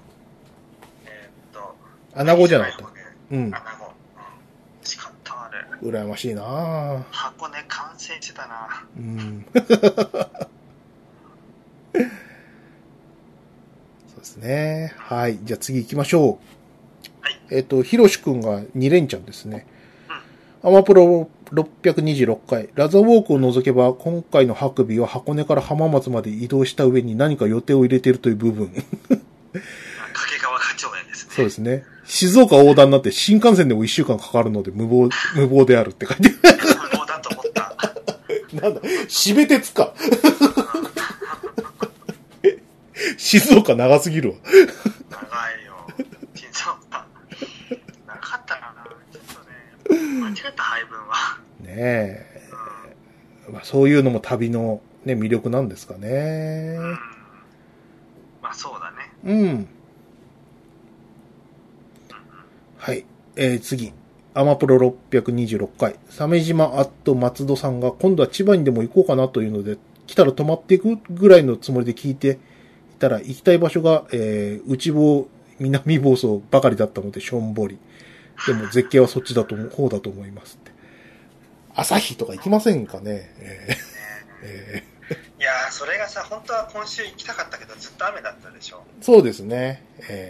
アナゴじゃなかった。 アナゴ。しかったあれ。 羨ましいなぁ。 箱根完成してたな。 そうですね。はい。じゃあ次行きましょう。はい。ひろしくんが2連チャンですね。アマプロ626回。ラザーウォークを除けば、今回のハクビは箱根から浜松まで移動した上に何か予定を入れているという部分。 掛川花鳥園ですね。 そうですね。静岡横断になって新幹線でも1週間かかるので無謀であるって書いてある。 無謀だと思った。 なんだ、しべ鉄か。静岡長すぎるわ。 長いよ。静岡。長かったな。ちょっとね、間違った配分は。 ねえ。まあ、そういうのも旅の、ね、魅力なんですかね。 まあそうだね。 うん。はい。次。アマプロ626回。鮫島アット松戸さんが今度は千葉にでも行こうかなというので、来たら泊まっていくぐらいのつもりで聞いていたら、行きたい場所が、内房、南房総ばかりだったので、しょんぼり。でも絶景はそっちだと、方だと思いますって。旭とか行きませんかね。 いやー、それがさ、本当は今週行きたかったけど、ずっと雨だったでしょ。 そうですね。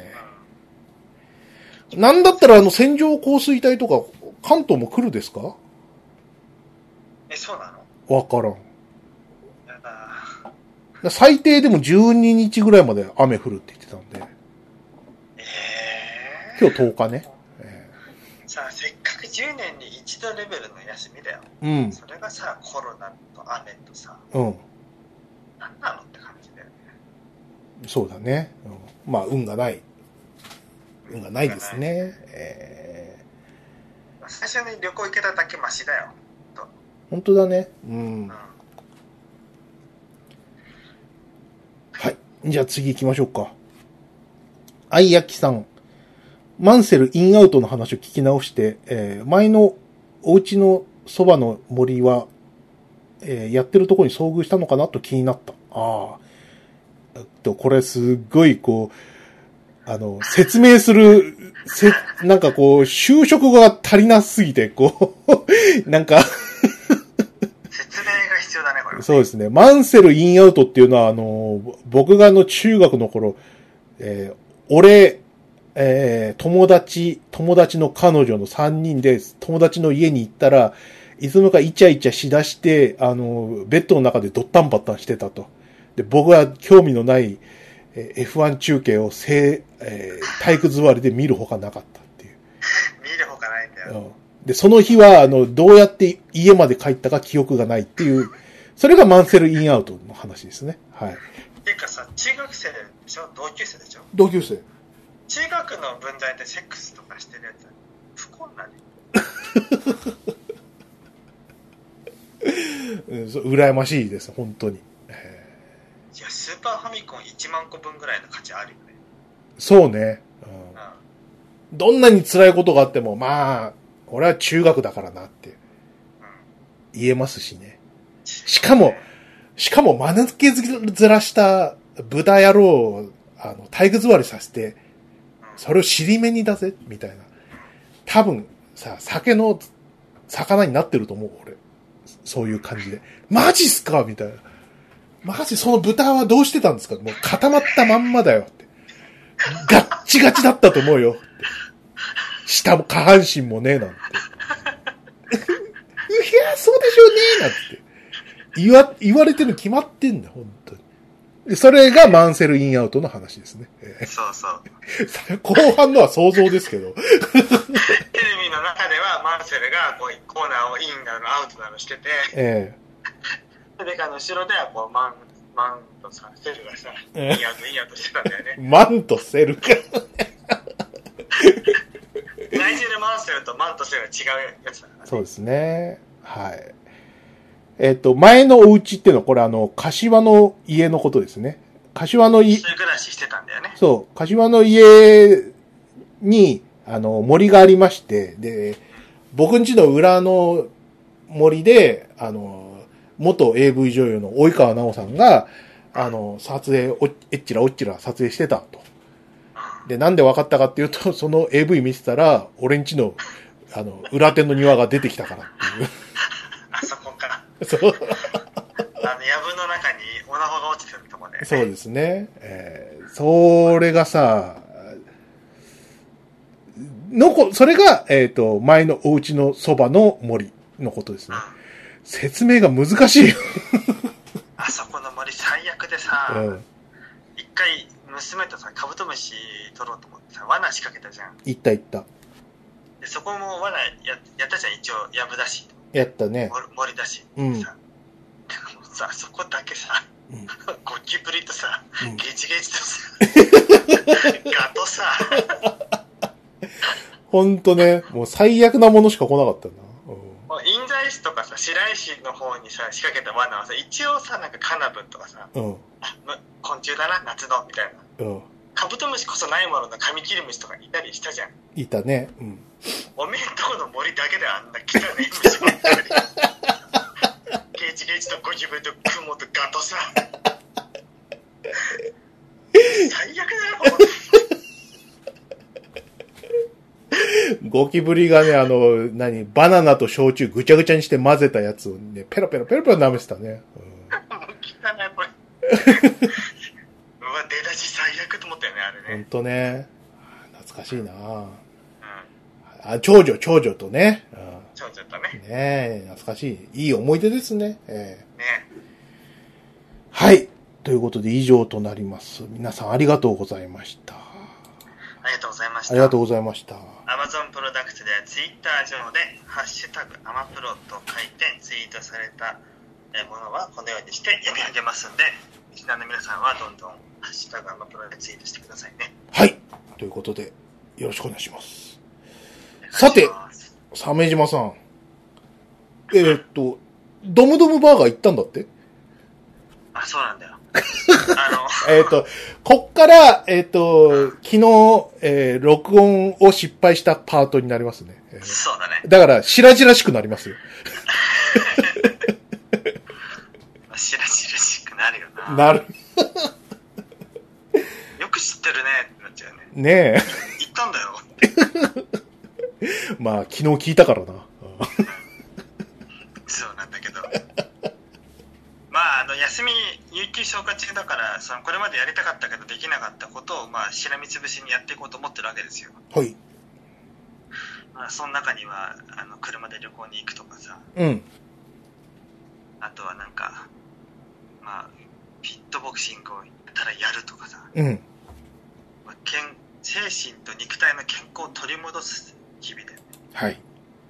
なんだったら線状降水帯とか関東も来るですか？ そうなの？ わからん。 やだ。 最低でも12日ぐらいまで雨降るって言ってたんで。今日10日ね。 さあ、せっかく10年に一度レベルの休みだよ。 うん。 それがさ、コロナと雨とさ、 うん。 なんなのって感じだよね。 そうだね。うん、まあ、運がない。運がないですね。 最初に旅行行けただけマシだよ。 本当だね。うん。はい。じゃあ次行きましょうか。あいやきさん。マンセルインアウトの話を聞き直して、前のお家のそばの森は、やってるところに遭遇したのかなと気になった。ああ。これすっごいこう、説明する、なんかこう、就職が足りなすぎて、こう、なんか説明が必要だね、これ。 そうですね。マンセルインアウトっていうのは、僕が中学の頃、俺、友達の彼女の3人で友達の家に行ったら、いつもかイチャイチャしだして、ベッドの中でドッタンバッタンしてたと。で、僕は興味のない、F1 中継を体育座りで見るほかなかったっていう。 見るほかないんだよ。 で、その日は、どうやって家まで帰ったか記憶がないっていう、それがマンセルインアウトの話ですね。はい。 ていうかさ、中学生でしょ？同級生でしょ？ 同級生。 中学の分際でセックスとかしてるやつ不幸になる。 羨ましいです、本当に。いや、スーパーファミコン1万個分ぐらいの価値あるよね。 そうね。どんなに辛いことがあっても、まあ、俺は中学だからなって言えますしね。しかも、間抜けずらした豚野郎を、体育座りさせて、それを尻目に出せみたいな。多分、さ、酒の魚になってると思う、俺。そういう感じで。マジっすかみたいな。マジ、その豚はどうしてたんですか？もう固まったまんまだよって。ガッチガチだったと思うよって。下も下半身もねえなんて。いや、そうでしょうねなんて。言われてるの決まってんだよ、本当に。それがマンセルインアウトの話ですね。 そうそう。 後半のは想像ですけど。 テレビの中ではマンセルがこうコーナーをインなのアウトなのしてて、で、後ろではこうマンとさ、セルがさ、インアウトしてたんだよね。 マンとセルか。 内中でマンセルとマンとセルが違うやつだからね。 そうですね。はい。前のお家っていうのは、これ柏の家のことですね。柏の家。 一人暮らししてたんだよね。 そう。柏の家に、森がありまして、で、僕ん家の裏の森で、元 AV 女優の及川奈緒さんが、撮影、えっちらおっちら撮影してたと。で、なんで分かったかっていうと、その AV 見てたら、俺ん家の、裏手の庭が出てきたからっていう。 あそこから。 そう。 藪の中にオナホが落ちてるとこで、ね。 そうですね。それがさ、それが、前のお家のそばの森のことですね。説明が難しいよ。 あそこの森最悪でさ、一回娘とさ、カブトムシ取ろうと思ってさ、罠仕掛けたじゃん。 行った行った。 で、そこも罠 やったじゃん、一応、やぶだし。 やったね。 森だし。 うん。 さ、そこだけさ、うん、ゴキブリとさ、うん、ゲチゲチとさ、ガとさ。 ほんとね、もう最悪なものしか来なかったな。 印西市とかさ、白石の方にさ、仕掛けた罠はさ、一応さ、なんかカナブンとかさ、うん、昆虫だな、夏の、みたいな。うん。カブトムシこそないもののカミキリムシとかいたりしたじゃん。 いたね。うん。 おめえんとこの森だけであんな汚ねえ虫ばっかり。ゲチゲチとゴキブリとクモとガとさ。最悪だよ、 ゴキブリがね、バナナと焼酎ぐちゃぐちゃにして混ぜたやつをね、ペロペロ舐めてたね。 うん、もう汚い、これ。うわ、出だし最悪と思ったよね、あれね。 ほんとね。懐かしいな、うん、あ、長女とね。うん、 長女とね。 ねえ、懐かしい。いい思い出ですね。 ね。 はい。ということで以上となります。皆さんありがとうございました。 ありがとうございました。 ありがとうございました。 Amazon プロダクツではツイッター上でハッシュタグアマプロと書いてツイートされたものはこのようにして読み上げますんで、リスナーの皆さんはどんどんハッシュタグアマプロでツイートしてくださいね。 はい。ということでよろしくお願いします。さて、鮫島さん。ドムドムバーガー行ったんだって？ あ、そうなんだよ。 こっから、昨日、録音を失敗したパートになりますね。 そうだね。 だから、白々しくなりますよ。 白々しくなるよな。 なる。 よく知ってるねってなっちゃうね。 ねえ。 言ったんだよって。 まあ、昨日聞いたからな。 そうなんだけど。まあ、休み、有給消化中だから、これまでやりたかったけどできなかったことを、まあ、しらみつぶしにやっていこうと思ってるわけですよ。 はい。 まあ、その中には、車で旅行に行くとかさ。 うん。 あとはなんか、まあ、フィットボクシングをやったらやるとかさ。 うん。 まあ、精神と肉体の健康を取り戻す日々で。 はい。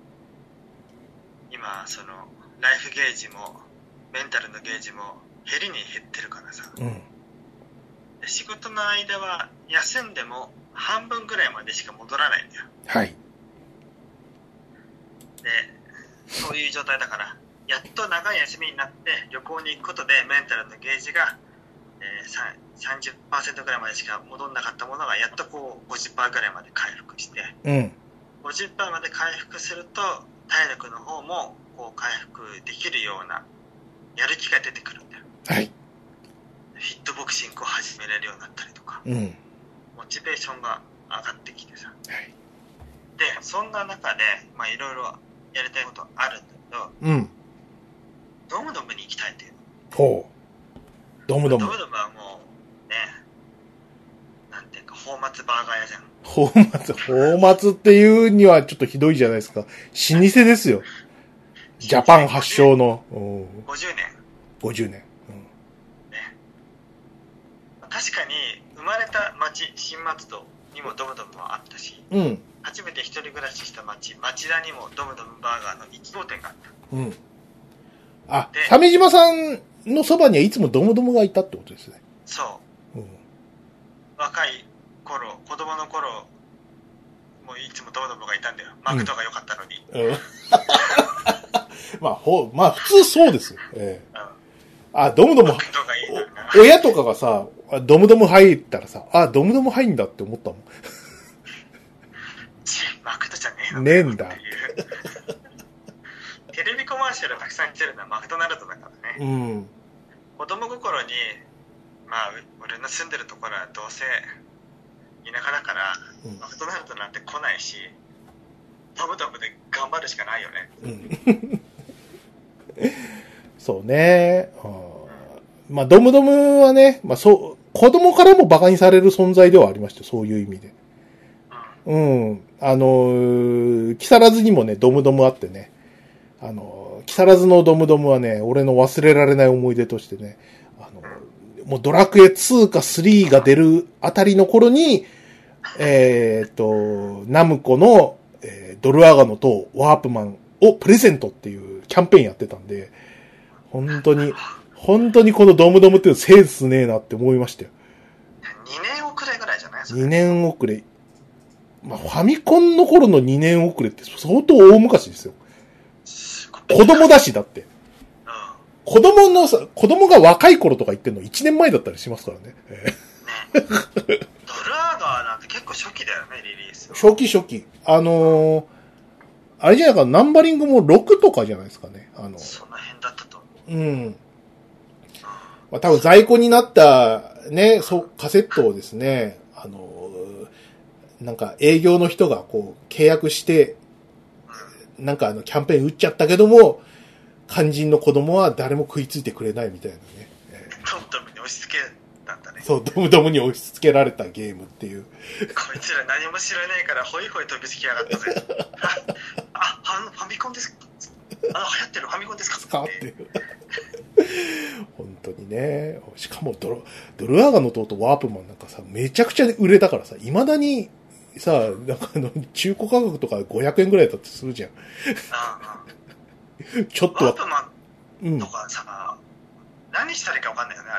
今、ライフゲージも、メンタルのゲージも減りに減ってるからさ、うん、で仕事の間は休んでも半分ぐらいまでしか戻らないんだよ。 はい。 で、そういう状態だからやっと長い休みになって旅行に行くことでメンタルのゲージが、30% ぐらいまでしか戻んなかったものがやっとこう 50% ぐらいまで回復して、 うん、 50% まで回復すると体力の方もこう回復できるようなやる気が出てくるんだよ。 はい。 フィットボクシングを始めれるようになったりとか、 うん、 モチベーションが上がってきてさ。 はい。 で、そんな中で、まあいろいろやりたいことあるんだけど、 うん。 ドムドムに行きたいっていう。 ほう。ドムドム。 ドムドムはもう、ね、なんていうか、宝松バーガー屋じゃん。 宝松っていうにはちょっとひどいじゃないですか。老舗ですよ。ジャパン発祥の。 50年。 50年。うん。 ね。確かに、生まれた町、新松戸にもドムドムはあったし、 うん。 初めて一人暮らしした町田にもドムドムバーガーの1号店があった。 うん。あ、鮫島さんのそばにはいつもドムドムがいたってことですね。 そう。 うん。 若い頃、子供の頃、もういつもドムドムがいたんだよ。マクドが良かったのに。 うん。まあ普通そうですよ。うん、あ、ドムドム、親とかがさ、ドムドム入ったらさ、あ、ドムドム入んだって思ったもん。 マクドじゃねえのねえんだ。 テレビコマーシャルたくさん来てるのはマクドナルドだからね。 うん。 子供心に、まあ、俺の住んでるところはどうせ田舎だから、うん、マクドナルドなんて来ないし、ドムドムで頑張るしかないよね。 うん。そうね。まあ、ドムドムはね、まあ子供からも馬鹿にされる存在ではありました、そういう意味で。うん。木更津にもね、ドムドムあってね。木更津のドムドムはね、俺の忘れられない思い出としてね、 もうドラクエ2か3が出るあたりの頃に、ナムコの、ドルアガノとワープマンをプレゼントっていうキャンペーンやってたんで、本当にこのドムドムっていうのセンスねえなって思いましたよ。 2年遅れぐらいじゃないですか。 2年遅れ。まあ、ファミコンの頃の2年遅れって相当大昔ですよ。子供だし、だって。子供が若い頃とか言ってんの1年前だったりしますからね。 ね。ドルアーガーなんて結構初期だよね、リリース。 初期。あれじゃないか、ナンバリングも6とかじゃないですかね。 その辺だったと思う。うん。まあ、多分在庫になったね、カセットをですね、なんか営業の人がこう契約して、なんかキャンペーン打っちゃったけども、肝心の子供は誰も食いついてくれないみたいなね。 ドムドムに押し付けたんだね。 そう、ドムドムに押し付けられたゲームっていう。 こいつら何も知らないからホイホイ飛びつきやがったぜ。ファミコンですか？流行ってるファミコンですか？っていう。 本当にね。しかもドルアーガの塔とワープマンなんかさ、めちゃくちゃ売れたからさ、未だにさ、なんか中古価格とか500円ぐらいだったりするじゃん。ちょっとワープマンとかさ、何したらいいか分かんないよね、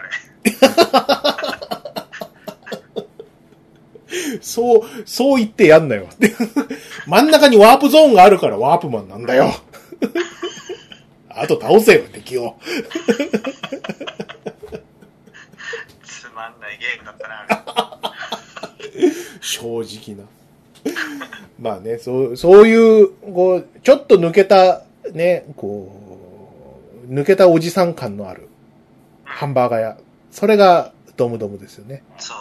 あれ。 そう言ってやんなよ。真ん中にワープゾーンがあるからワープマンなんだよ。あと倒せよ、敵を。 つまんないゲームだったな、あれ。正直な。まあね、そういう、こう、ちょっと抜けた、ね、こう、抜けたおじさん感のあるハンバーガー屋。それがドムドムですよね。 そう。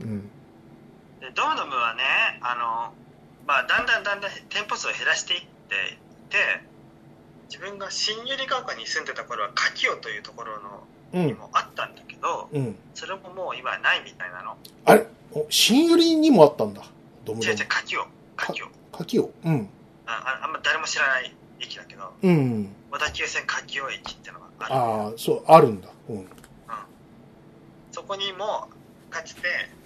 うん。 でドムドムはね、まあ、だんだん店舗数を減らしていって、自分が新百合ヶ丘に住んでた頃は柿尾というところのにもあったんだけど、それももう今ないみたいなの。 あれ新百合にもあったんだ。ドムドム。 違う、柿尾。 柿尾。うん。 あんま誰も知らない駅だけど、小田急線柿尾駅ってのがある。 ああ、そう、あるんだ。 そこにも、かつて、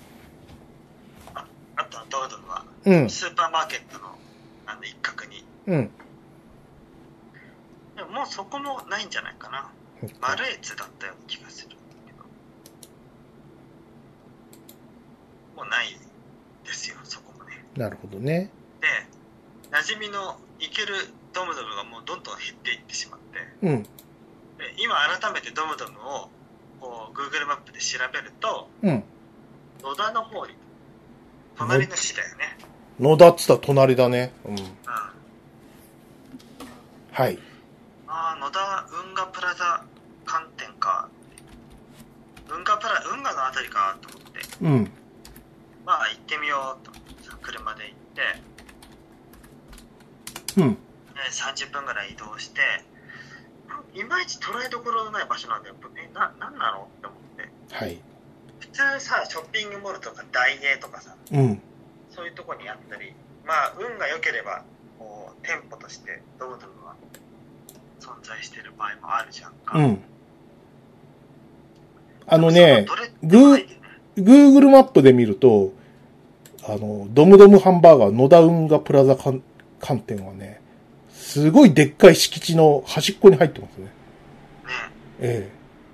あとはドムドムは、スーパーマーケットの一角に。でももうそこもないんじゃないかな。マルエツだったような気がするけど。もうないですよ、そこもね。 なるほどね。 で、馴染みの行けるドムドムがもうどんどん減っていってしまって、で今改めてドムドムをこう Google マップで調べると、野田の方に、隣の市だよね。 野田っつったら隣だね。はい。 野田運河プラザ観点か。運河のあたりかと思って。まあ行ってみようと。車で行って、30分ぐらい移動して、いまいち捉えどころのない場所なんだよ。なんなのって思って。 はい。 普通さ、ショッピングモールとかダイエーとかさ、そういうとこにあったり、まあ運が良ければこう店舗としてドムドムは存在してる場合もあるじゃんか。 Google マップで見ると、ドムドムハンバーガー野田運河プラザ観点はね、すごいでっかい敷地の端っこに入ってますね。 ね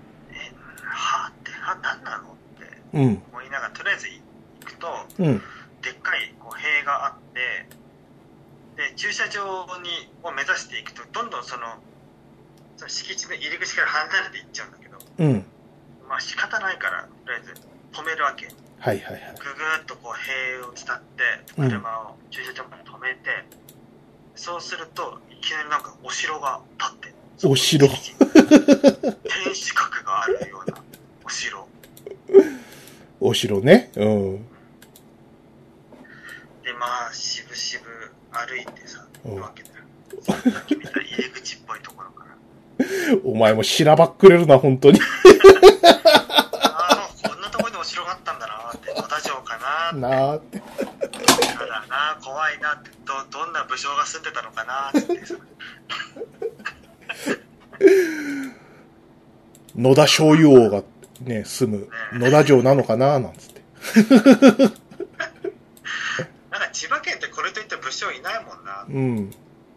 何なのって思いながら、とりあえず行くと、でっかいこう塀があって、で駐車場を目指していくと、どんどんその敷地の入り口から離れていっちゃうんだけど、まあ仕方ないからとりあえず止めるわけ。ぐぐーっとこう塀を伝って車を駐車場まで止めて、そうするといきなりなんかお城が立って、 お城天守閣があるようなお城ね。でまあしぶしぶ歩いてさ、行くわけだよ。さっき見た入り口っぽいところから。 お前もしらばっくれるな、本当に。 こんなところにお城があったんだなって、野田城かなって。ただな、怖いなって、どんな武将が住んでたのかなってさ。 野田醤油王がね、住む野田城なのかななんつって。 なんか千葉県ってこれといった武将いないもんな。 うん。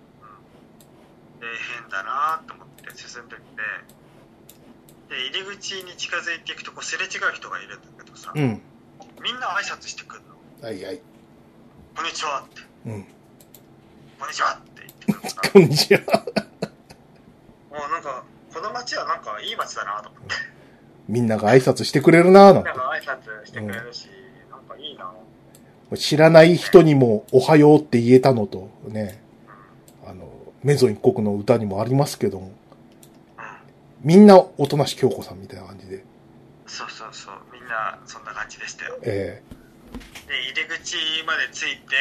変だなと思って進んでって、で入り口に近づいていくとこうすれ違う人がいるんだけどさ、 うん、 みんな挨拶してくるの。 はいはい。 こんにちはって。 うん。 こんにちはって言ってくるから。 こんにちは。 もうなんかこの街はなんかいい街だなと思って。 みんなが挨拶してくれるななんて。 みんなが挨拶してくれるし、なんかいいな。 知らない人にもおはようって言えたのとね、メゾン一国の歌にもありますけども、みんなおとなし京子さんみたいな感じで。 そうそうそう、みんなそんな感じでしたよ。 で、 入り口まで着いて、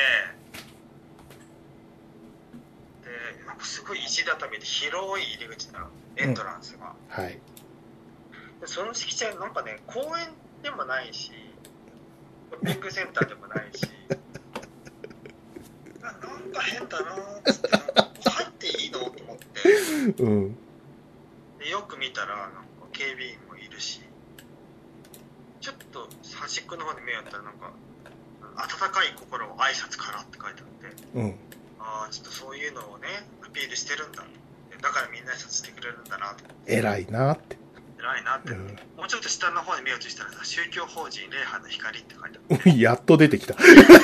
で、なんかすごい石畳で広い入り口なの、エントランスが。 はい。 でその敷地はなんかね、公園でもないし、ショッピングセンターでもないし、なんか変だなーっつって、入っていいのと思って、 うん、 でよく見たらなんか警備員もいるし、ちょっと端っこの方に目をやったらなんか温かい心を挨拶からって書いてあって、 うん、 ああちょっとそういうのをねアピールしてるんだ、だからみんな挨拶してくれるんだなと。 偉いなって。 偉いなって、もうちょっと下の方に目を移したらさ、宗教法人霊波の光って書いてある。 やっと出てきた。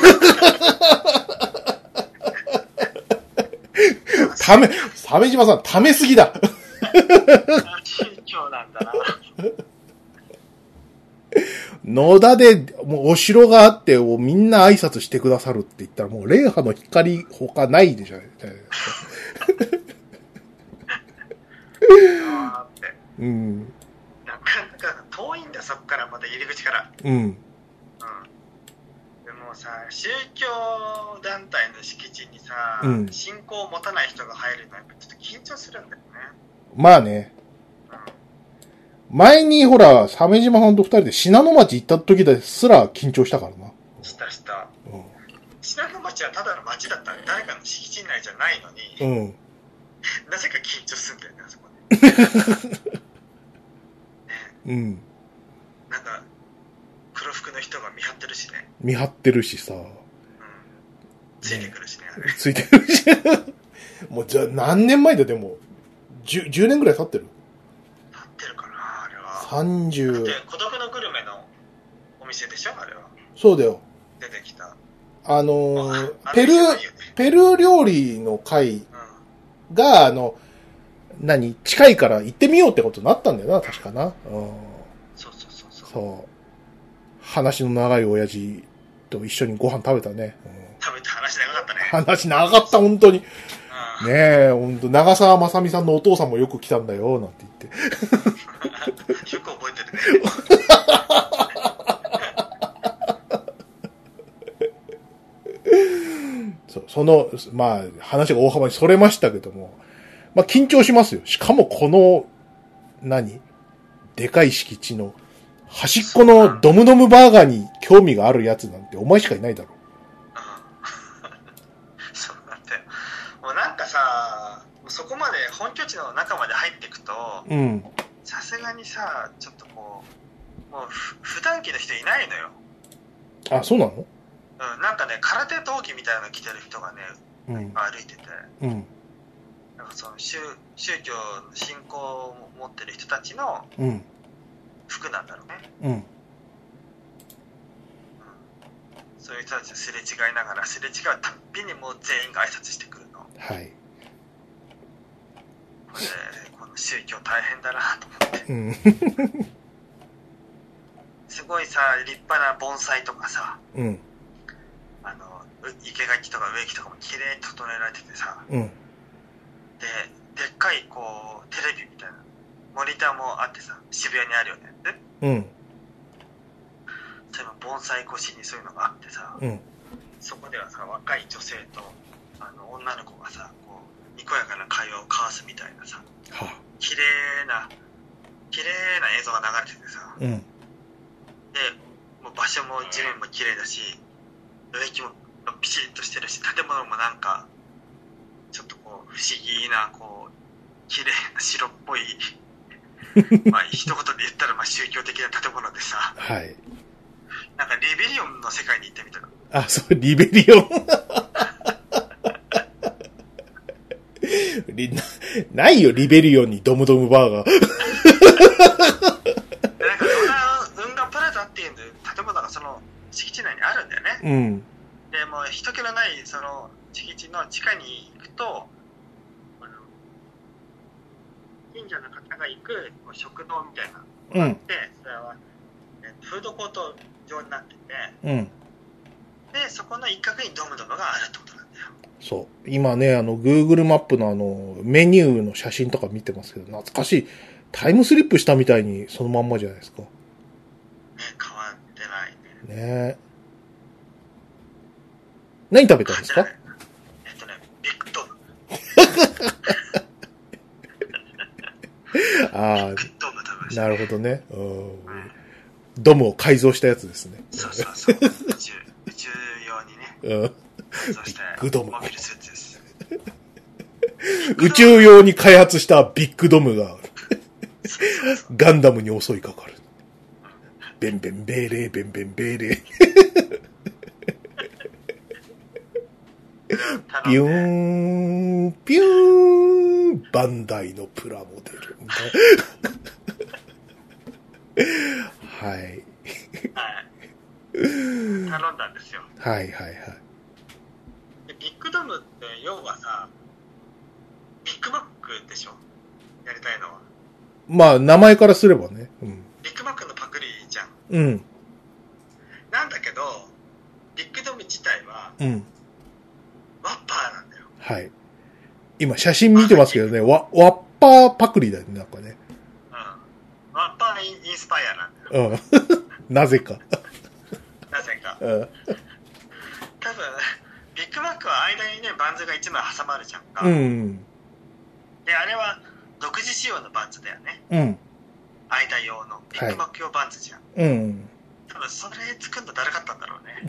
鮫島さん、ためすぎだ。 宗教なんだな。 野田で、もうお城があって、みんな挨拶してくださるって言ったら、もう霊波の光他ないでしょ。うん。 なかなか遠いんだ、そこからまた入り口から。 うん。 でもさ、宗教団体の敷地にさ、信仰を持たない人が入るのはちょっと緊張するんだよね。まあね。前にほら、鮫島さんと二人で信濃町行った時ですら緊張したからな。 した。信濃町はただの町だったら誰かの敷地内じゃないのに、なぜか緊張するんだよね、あそこで。なんか黒服の人が見張ってるしね。 見張ってるしさ。 ついてくるしね、あれ。 ついてくるし。もうじゃあ何年前だでも10年ぐらい経ってる。 経ってるかなあれは。 30。 だって孤独のグルメのお店でしょあれは。 そうだよ。 出てきた。 ペルー料理の会が、近いから行ってみようってことになったんだよな、確かな。そう。話の長い親父と一緒にご飯食べたね。 食べて話長かったね。 話長かった、本当に。ねえ、本当長澤まさみさんのお父さんもよく来たんだよ、なんて言って。 よく覚えてるね。 まあ、話が大幅にそれましたけども、まあ、緊張しますよ。しかもこの、でかい敷地の端っこのドムドムバーガーに興味があるやつなんてお前しかいないだろ。 そうなんだよ。もうなんかさ、そこまで本拠地の中まで入っていくと、さすがにさ、ちょっとこう、もう普段着の人いないのよ。 あ、そうなの？ なんかね、空手道着みたいなの着てる人がね、歩いてて、なんかその宗教の信仰を持ってる人たちの服なんだろうね。そういう人たちとすれ違いながら、すれ違うたんびにもう全員が挨拶してくるの。はい。この宗教大変だなと思って。すごいさ、立派な盆栽とかさ、生垣とか植木とかも綺麗に整えられててさ、でっかいこうテレビみたいなモニターもあってさ、渋谷にあるよね。それも盆栽越しにそういうのがあってさ、そこではさ、若い女性と女の子がさ、こうにこやかな会話を交わすみたいなさ、綺麗な映像が流れててさ、でもう場所も地面も綺麗だし、植木もピシッとしてるし、建物もなんかちょっとこう不思議なこう綺麗な白っぽいまあ一言で言ったらまあ宗教的な建物でさ、 はい。 なんかリベリオンの世界に行ってみたの。 あ、そう、リベリオン。ないよ、リベリオンにドムドムバーガー。 なんか運河プラザっていう建物がその敷地内にあるんだよね。 うん。 で、もう人気のないその敷地の地下に行くと、近所の方が行く食堂みたいなのがあって、それはフードコート状になってて、 うん。 で、そこの一角にドムドムがあるってことなんだよ。 そう。今ね、Google マップのメニューの写真とか見てますけど、懐かしい。タイムスリップしたみたいにそのまんまじゃないですか。ね、 変わってないね。 ねえ。何食べたんですか？ ビッグドム。 ああ、 ビッグドム食べました、 なるほどね。ドムを改造したやつですね。 そうそうそう。宇宙用にね。改造して。 ビッグドム。 モビルスーツです。 宇宙用に開発したビッグドムがガンダムに襲いかかる。ベンベンベーレーベンベンベーレー。ピューン、ピューン、バンダイのプラモデル。はい。はい。 頼んだんですよ。 はいはいはい。 でビッグドムって要はさ、ビッグマックでしょ、やりたいのは。 まあ、名前からすればね。うん。 ビッグマックのパクリじゃん。 うん。 なんだけど、ビッグドム自体は、 うん。 ワッパーなんだよ。 はい。今、写真見てますけどね、ワッパーパクリだよね、なんかね。 うん。ワッパーインスパイアなんだよ。 うん。なぜか。 なぜか。 うん。 多分、ビッグマックは間にね、バンズが1枚挟まるじゃんか。 うん。 で、あれは独自仕様のバンズだよね。 うん。 間用の。ビッグマック用バンズじゃん。 うん。 多分、それ作るのだるかったんだろうね。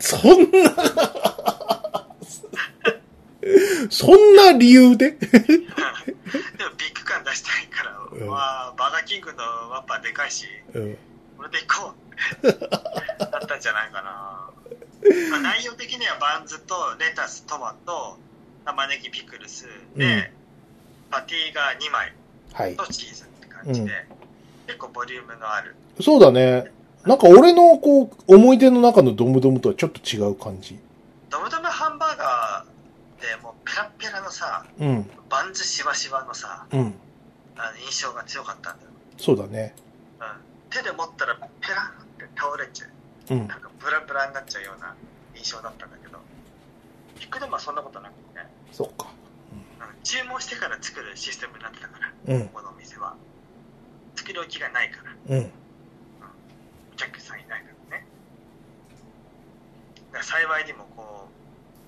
そんな理由ででもビッグ感出したいから、うん、まあ、バーガーキングのワッパーでかいし、うん、これでいこうってなったんじゃないかな。まあ、内容的にはバンズとレタス、トマト、玉ねぎ、ピクルスで、うん、パティが2枚とチーズって感じで、結構ボリュームのある。 そうだね。なんか俺のこう思い出の中のドムドムとはちょっと違う感じ。 ドムドムハンバーガーでもうペラペラのさ、うん、バンズシワシワのさ、うん、印象が強かったんだよ。 そうだね。 うん、手で持ったらペラって倒れちゃう、うん、なんかブラブラになっちゃうような印象だったんだけど、ビッグドムはそんなことなくてね。 そっか、 うん、注文してから作るシステムになってたから、うん、このお店は作り置きがないから、うん、お客さんいないからね。だから幸いにもこう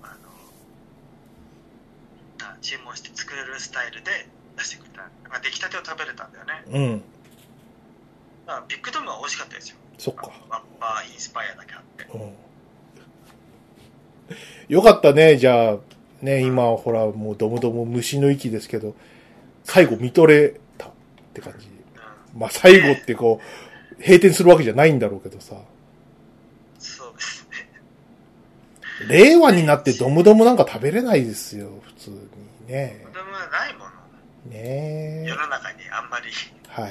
注文して作れるスタイルで出してくれた。出来たてを食べれたんだよね。うん。だからビッグドムは美味しかったですよ。 そっか。 ワッパーインスパイアだけあって。 うん。よかったね。じゃあね、今ほらもうドムドム虫の息ですけど、最後見とれたって感じ。うん、まあ最後ってこう閉店するわけじゃないんだろうけどさ。 そうですね。 令和になってドムドムなんか食べれないですよ、普通にね。 ドムドムはないもの。 ねえ。 世の中にあんまり。 はい。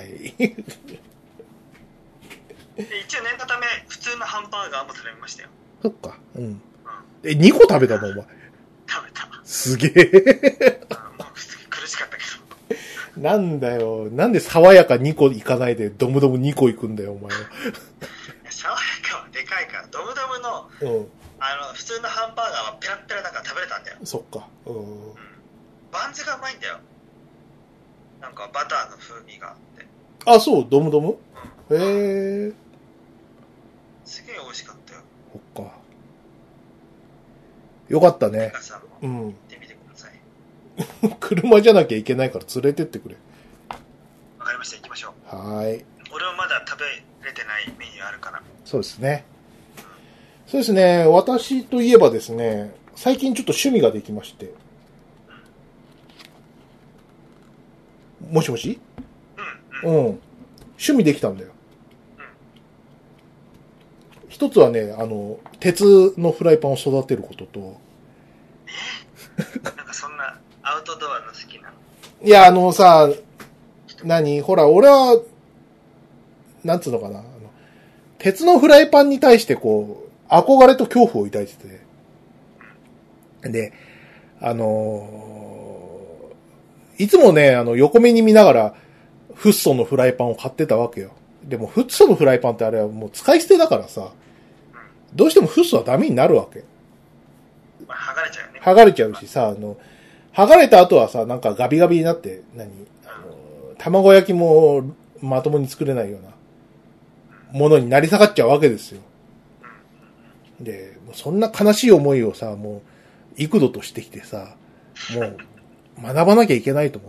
で一応念のため普通のハンバーガーも食べましたよ。 そっか。うん。2個食べたのお前。 食べた。 すげえ。 もう苦しかったけど。なんだよ。なんで爽やか2個いかないでドムドム2個いくんだよ、お前は。 爽やかはでかいから、ドムドムの、うん、普通のハンバーガーはペラペラだから食べれたんだよ。 そっか。うん。 バンズがうまいんだよ。なんかバターの風味があって。 あ、そう、ドムドム、うん、へえ。 すげえ美味しかったよ。 そっか。よかったね。 皆さんも行ってみてください。 うん、車じゃなきゃいけないから連れてってくれ。 わかりました、行きましょう。 はい。 俺はまだ食べれてないメニューあるから。 そうですね。そうですね。私といえばですね、最近ちょっと趣味ができまして。もしもし？うん。 趣味できたんだよ。一つはね、鉄のフライパンを育てることと。 なんかそんなアウトドアの好きな。 いや、ほら、俺は、なんつうのかな。鉄のフライパンに対してこう、憧れと恐怖を抱いてて。で、いつもね、横目に見ながら、フッ素のフライパンを買ってたわけよ。でも、フッ素のフライパンってあれはもう使い捨てだからさ、どうしてもフッ素はダメになるわけ。 まあ、剥がれちゃうよね。 剥がれちゃうしさ、剥がれた後はさ、なんかガビガビになって、卵焼きもまともに作れないようなものになり下がっちゃうわけですよ。で、そんな悲しい思いをさ、もう、幾度としてきてさ、もう、学ばなきゃいけないと思って、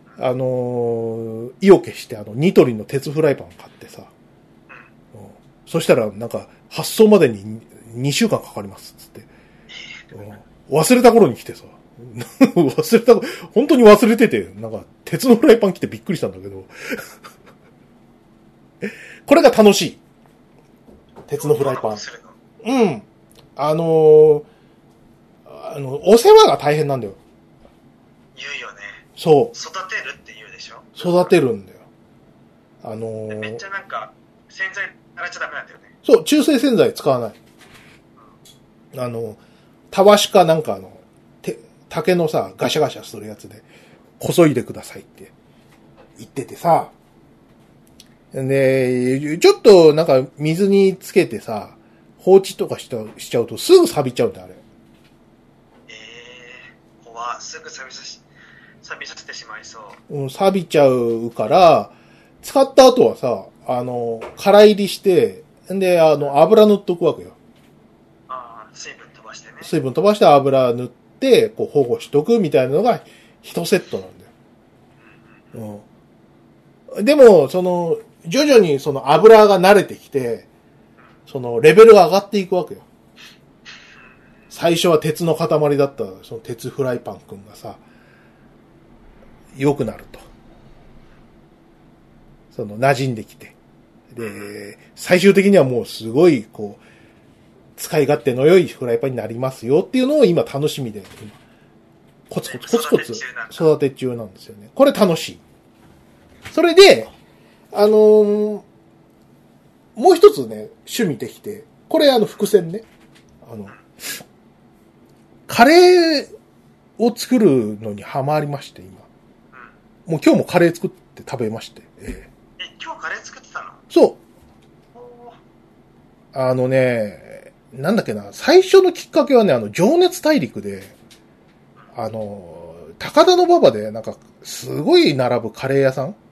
意を決してニトリの鉄フライパンを買ってさ、そしたらなんか発送までに2週間かかりますっつって、忘れた頃に来てさ、本当に忘れてて、なんか鉄のフライパン来てびっくりしたんだけど、これが楽しい。鉄のフライパン。うん。お世話が大変なんだよ。 言うよね。 そう。 育てるって言うでしょ。 育てるんだよ。 めっちゃなんか、洗剤洗っちゃダメなんだよね。 そう、中性洗剤使わない。たわしかなんか竹のさ、ガシャガシャするやつで、こそいでくださいって言っててさ、で、ちょっとなんか水につけてさ、放置とかしちゃうとすぐ錆びちゃうんだよ、あれ。 怖すぐ錆びさせてしまいそう。 うん、錆びちゃうから、使った後はさ、空入りして、で、油塗っとくわけよ。 ああ、水分飛ばしてね。 水分飛ばして油塗って、こう保護しとくみたいなのが一セットなんだよ。うん。でも、徐々に油が慣れてきて、レベルが上がっていくわけよ。最初は鉄の塊だった、その鉄フライパンくんがさ、良くなると。馴染んできて。で、最終的にはもうすごい、こう、使い勝手の良いフライパンになりますよっていうのを今楽しみで、コツコツ育て中なんですよね。これ楽しい。それで、もう一つね、趣味できて、これ伏線ね。カレーを作るのにハマりまして、今。もう今日もカレー作って食べまして。 今日カレー作ってたの？ そう。なんだっけな、最初のきっかけはね、情熱大陸で、高田馬場で、なんか、すごい並ぶカレー屋さん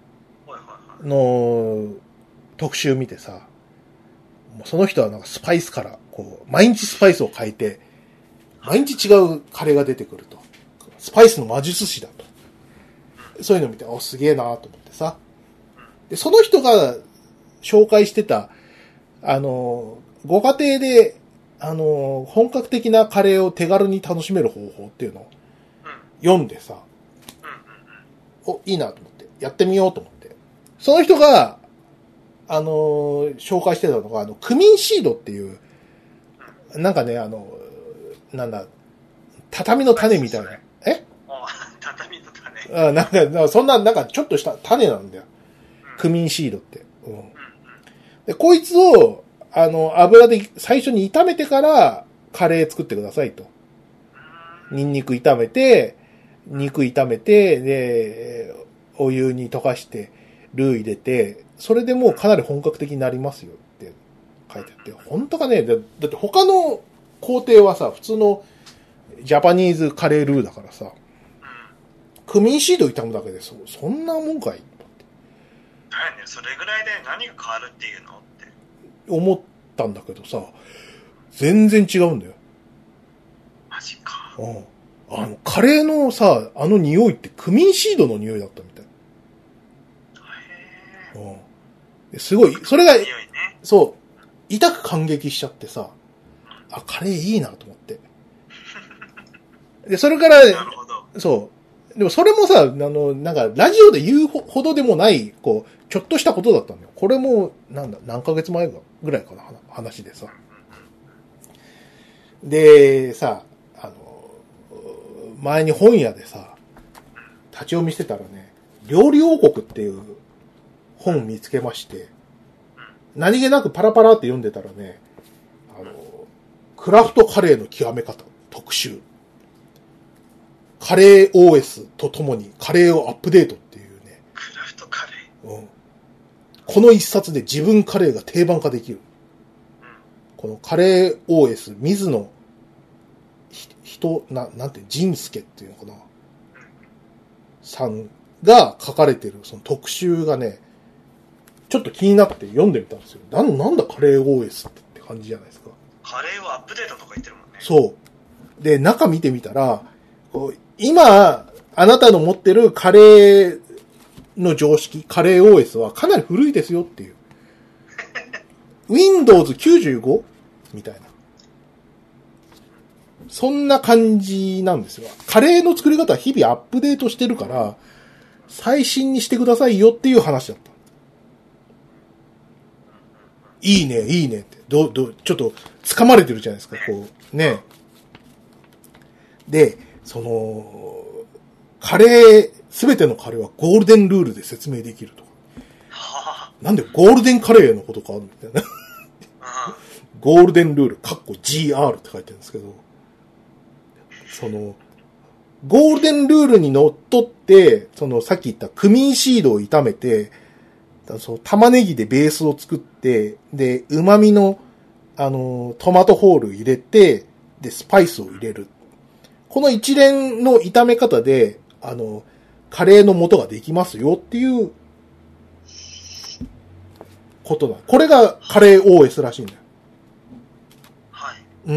の特集見てさ、もうその人はなんかスパイスから、こう、毎日スパイスを変えて、毎日違うカレーが出てくると。スパイスの魔術師だと。そういうの見て、すげえなーと思ってさ。で、その人が紹介してた、ご家庭で、本格的なカレーを手軽に楽しめる方法っていうのを読んでさ、いいなと思って、やってみようと思って。その人が、紹介してたのが、クミンシードっていう、なんかね、なんだ、畳の種みたいな。 畳の種。 なんか、そんな、なんかちょっとした種なんだよ。クミンシードって。で、こいつを、油で最初に炒めてからカレー作ってくださいと。ニンニク炒めて、肉炒めて、で、お湯に溶かして、ルー入れて、それでもうかなり本格的になりますよって書いてあって、本当かね、だって他の工程はさ、普通のジャパニーズカレールーだからさ、クミンシード炒むだけでそんなもんかい何ね、それぐらいで何が変わるっていうのって思ったんだけどさ、全然違うんだよ。 マジか。 カレーのさ、匂いってクミンシードの匂いだったみたい。すごい、それが、ね、そう、痛く感激しちゃってさ、カレーいいなと思って。で、それから、そう、 でもそれもさ、なんか、ラジオで言うほどでもない、こう、ちょっとしたことだったんだよ。これも、何ヶ月前ぐらいかな、話でさ。で、さ、前に本屋でさ、立ち読みしてたらね、料理王国っていう本見つけまして、何気なくパラパラって読んでたらね、クラフトカレーの極め方、特集。カレー OS とともにカレーをアップデートっていうね。 クラフトカレー。 うん。この一冊で自分カレーが定番化できる。うん、このカレー OS、水野、なんて、仁介っていうのかな。うん、さんが書かれてるその特集がね、ちょっと気になって読んでみたんですよ。なんだカレー OS って感じじゃないですか。 カレーをアップデートとか言ってるもんね。 そう。で、中見てみたら、今、あなたの持ってるカレーの常識、カレー OS はかなり古いですよっていう。Windows 95? みたいな。そんな感じなんですよ。カレーの作り方は日々アップデートしてるから、最新にしてくださいよっていう話だった。いいね、いいねって。ちょっと、掴まれてるじゃないですか、こう、ね。で、カレー、すべてのカレーはゴールデンルールで説明できるとか。なんでゴールデンカレーのことかあるみたいな。ゴールデンルール、GR って書いてるんですけど、ゴールデンルールにのっとって、さっき言ったクミンシードを炒めて、玉ねぎでベースを作って、で、旨味の、トマトホール入れて、で、スパイスを入れる。この一連の炒め方で、カレーの素ができますよっていうことだ。これがカレー OS らしいんだよ。 はい。 うん。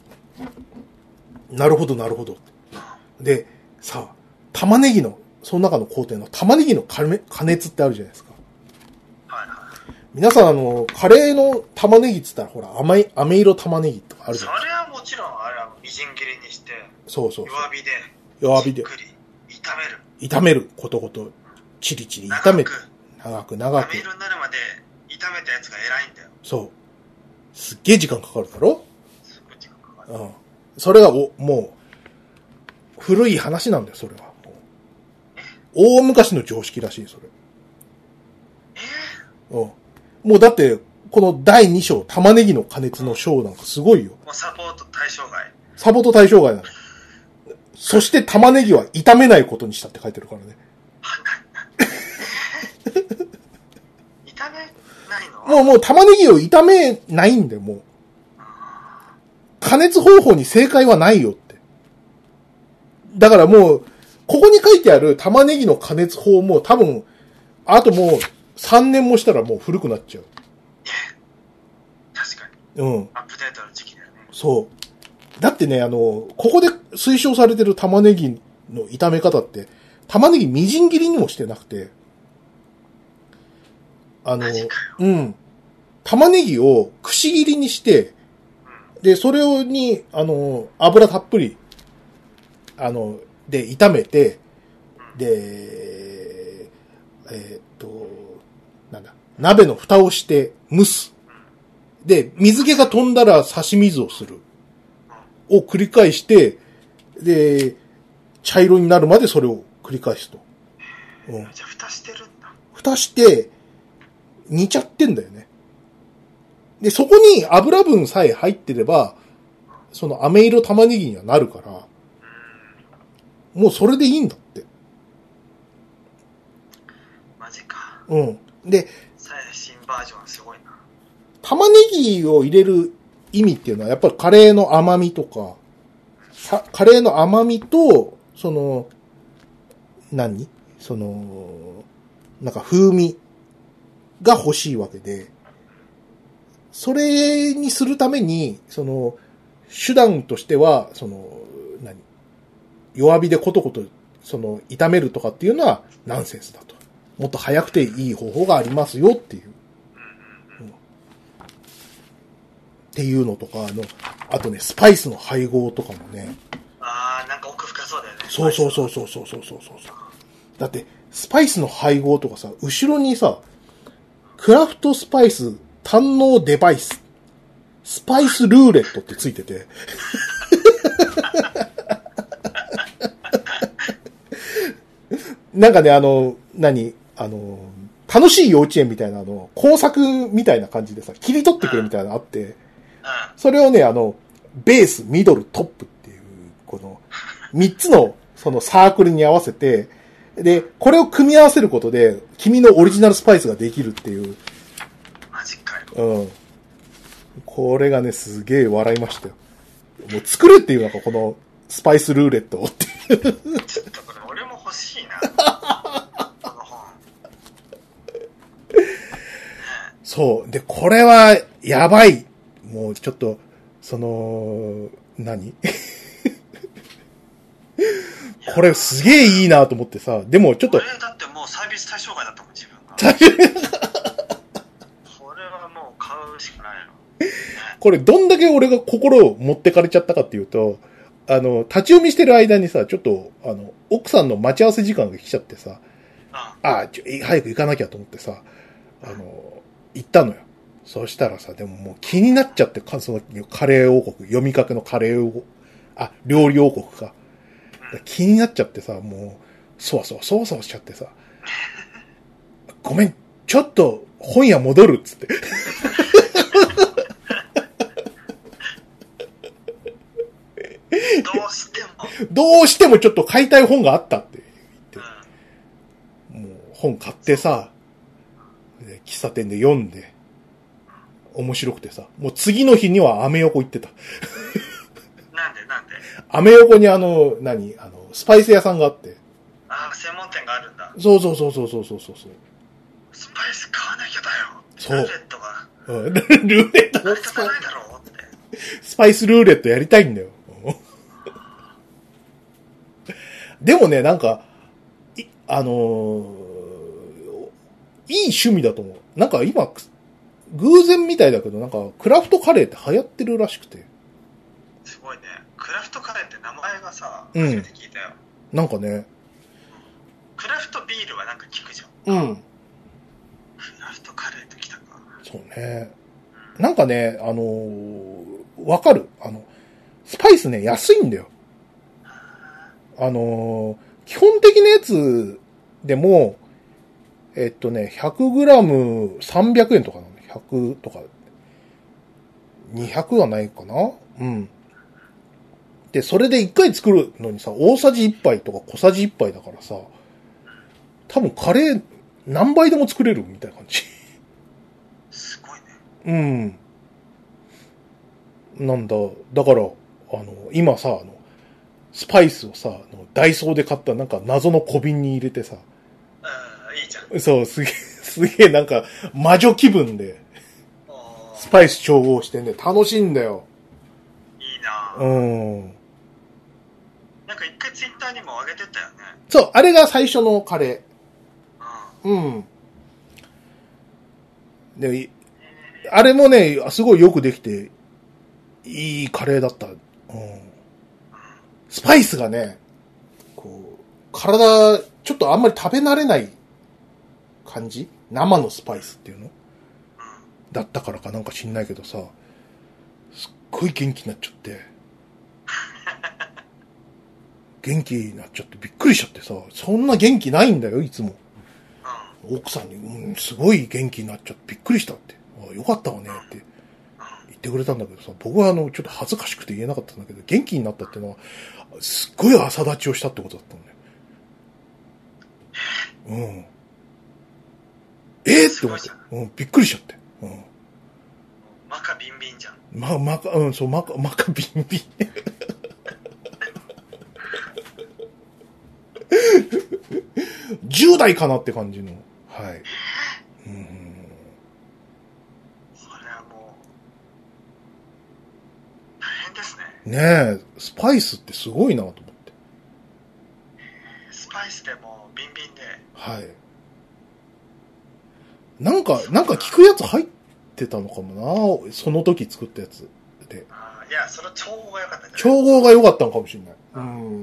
なるほど、なるほど。で、さ、玉ねぎの、その中の工程の玉ねぎの加熱ってあるじゃないですか。 はいはい。 皆さんカレーの玉ねぎって言ったら、ほら、飴色玉ねぎとかあるじゃないですか。 それはもちろん、あれはみじん切りにして、 そう。 弱火で、じっくり炒める。ことごと、チリチリ炒めて。長く。 飴色になるまで炒めたやつが偉いんだよ。 そう。すっげえ時間かかるだろ？ すっごい時間かかる。 うん。それがもう、古い話なんだよ、それは。大昔の常識らしい、それ。うん。もうだって、この第2章、玉ねぎの加熱の章なんかすごいよ。 もうサポート対象外。 サポート対象外なの。そして玉ねぎは炒めないことにしたって書いてるからね。 炒めないの？ もう玉ねぎを炒めないんだよ、もう。加熱方法に正解はないよって。だからもう、ここに書いてある玉ねぎの加熱法も多分、あともう3年もしたらもう古くなっちゃう。 確かに。 うん。 アップデートの時期だよね。 そう。だってね、ここで推奨されてる玉ねぎの炒め方って、玉ねぎみじん切りにもしてなくて、うん。玉ねぎをくし切りにして、で、それに、油たっぷり、で、炒めて、で、鍋の蓋をして蒸す。で、水気が飛んだら差し水をする。を繰り返して、で、茶色になるまでそれを繰り返すと。 うん、じゃあ蓋してるんだ。 蓋して、煮ちゃってんだよね。で、そこに油分さえ入ってれば、その飴色玉ねぎにはなるから、もうそれでいいんだって。 マジか。 うん。で、 最新バージョンすごいな。 玉ねぎを入れる意味っていうのは、やっぱりカレーの甘みとか、カレーの甘みと、なんか風味が欲しいわけで、それにするために、手段としては、弱火でコトコト、炒めるとかっていうのはナンセンスだと。もっと早くていい方法がありますよっていう。っていうのとか、あとね、スパイスの配合とかもね。 あなんか奥深そうだよね。 そうそうそうそうそうそうそう。だって、スパイスの配合とかさ、後ろにさ、クラフトスパイス堪能デバイス、スパイスルーレットってついてて。なんかね、楽しい幼稚園みたいな工作みたいな感じでさ、切り取ってくれみたいなのあって、それをね、ベース、ミドル、トップっていう、この、3つの、そのサークルに合わせて、で、これを組み合わせることで、君のオリジナルスパイスができるっていう。 マジかよ。 うん。これがね、すげえ笑いましたよ。もう作れっていうのか、この、スパイスルーレットをっていう。 ちょっとこれ俺も欲しいな。この本。 そう。で、これは、やばい。もうちょっと、何これすげえいいなと思ってさ、でもちょっと。 俺だってもうサービス対象外だったもん、自分が。これはもう買うしかないの。 これどんだけ俺が心を持ってかれちゃったかっていうと、立ち読みしてる間にさ、ちょっと、奥さんの待ち合わせ時間が来ちゃってさ、早く行かなきゃと思ってさ、行ったのよ。そしたらさ、でももう気になっちゃって、そのカレー王国、読みかけのカレー王国、料理王国か。気になっちゃってさ、もう、そわそわしちゃってさ、ごめん、ちょっと本屋戻るっつって。どうしてもちょっと買いたい本があったって言って、もう本買ってさ、喫茶店で読んで、面白くてさ、もう次の日にはアメ横行ってた。 なんでアメ横にスパイス屋さんがあって。 専門店があるんだ。 そう。スパイス買わなきゃだよ。 そう。 ルーレットが。 ルーレットが。使わないだろうって。 スパイスルーレットやりたいんだよ。でもね、なんか、いい趣味だと思う。なんか今、偶然みたいだけど、なんか、クラフトカレーって流行ってるらしくて。 すごいね。クラフトカレーって名前がさ、初めて聞いたよ。 なんかね。 クラフトビールはなんか聞くじゃん。クラフトカレーって来たか。 そうね。なんかね、わかる。スパイスね、安いんだよ。基本的なやつでも、100g 300円とかなの。100とか、200はないかな。で、それで1回作るのにさ、大さじ1杯とか小さじ1杯だからさ、多分カレー何杯でも作れるみたいな感じ。 すごいね。 なんだ、だから、今さ、スパイスをさ、ダイソーで買ったなんか謎の小瓶に入れてさ。 いいじゃん。 そう、すげえなんか魔女気分で、スパイス調合してね、楽しいんだよ。 いいななんか一回ツイッターにも上げてたよね。 そう、あれが最初のカレー。で、あれもね、すごいよくできて、いいカレーだった。スパイスがね、こう、体、ちょっとあんまり食べ慣れない感じ？生のスパイスっていうの？だったからかなんか知んないけどさ、すっごい元気になっちゃって。元気になっちゃってびっくりしちゃってさ、そんな元気ないんだよ、いつも。奥さんに、すごい元気になっちゃってびっくりしたって。よかったわねって言ってくれたんだけどさ、僕はちょっと恥ずかしくて言えなかったんだけど、元気になったっていうのは、すっごい朝立ちをしたってことだったんだよ。って思って。びっくりしちゃって。 マカビンビンじゃん。 マカビンビン。10代かなって感じの。はい。 これはもう、大変ですね。 ねえ、スパイスってすごいなと思って。 スパイスでもビンビンで。 はい。なんか聞くやつ入ってたのかもな、その時作ったやつ。 で。 いや、その調合が良かったんじゃない？ 調合が良かったのかもしれない。うん。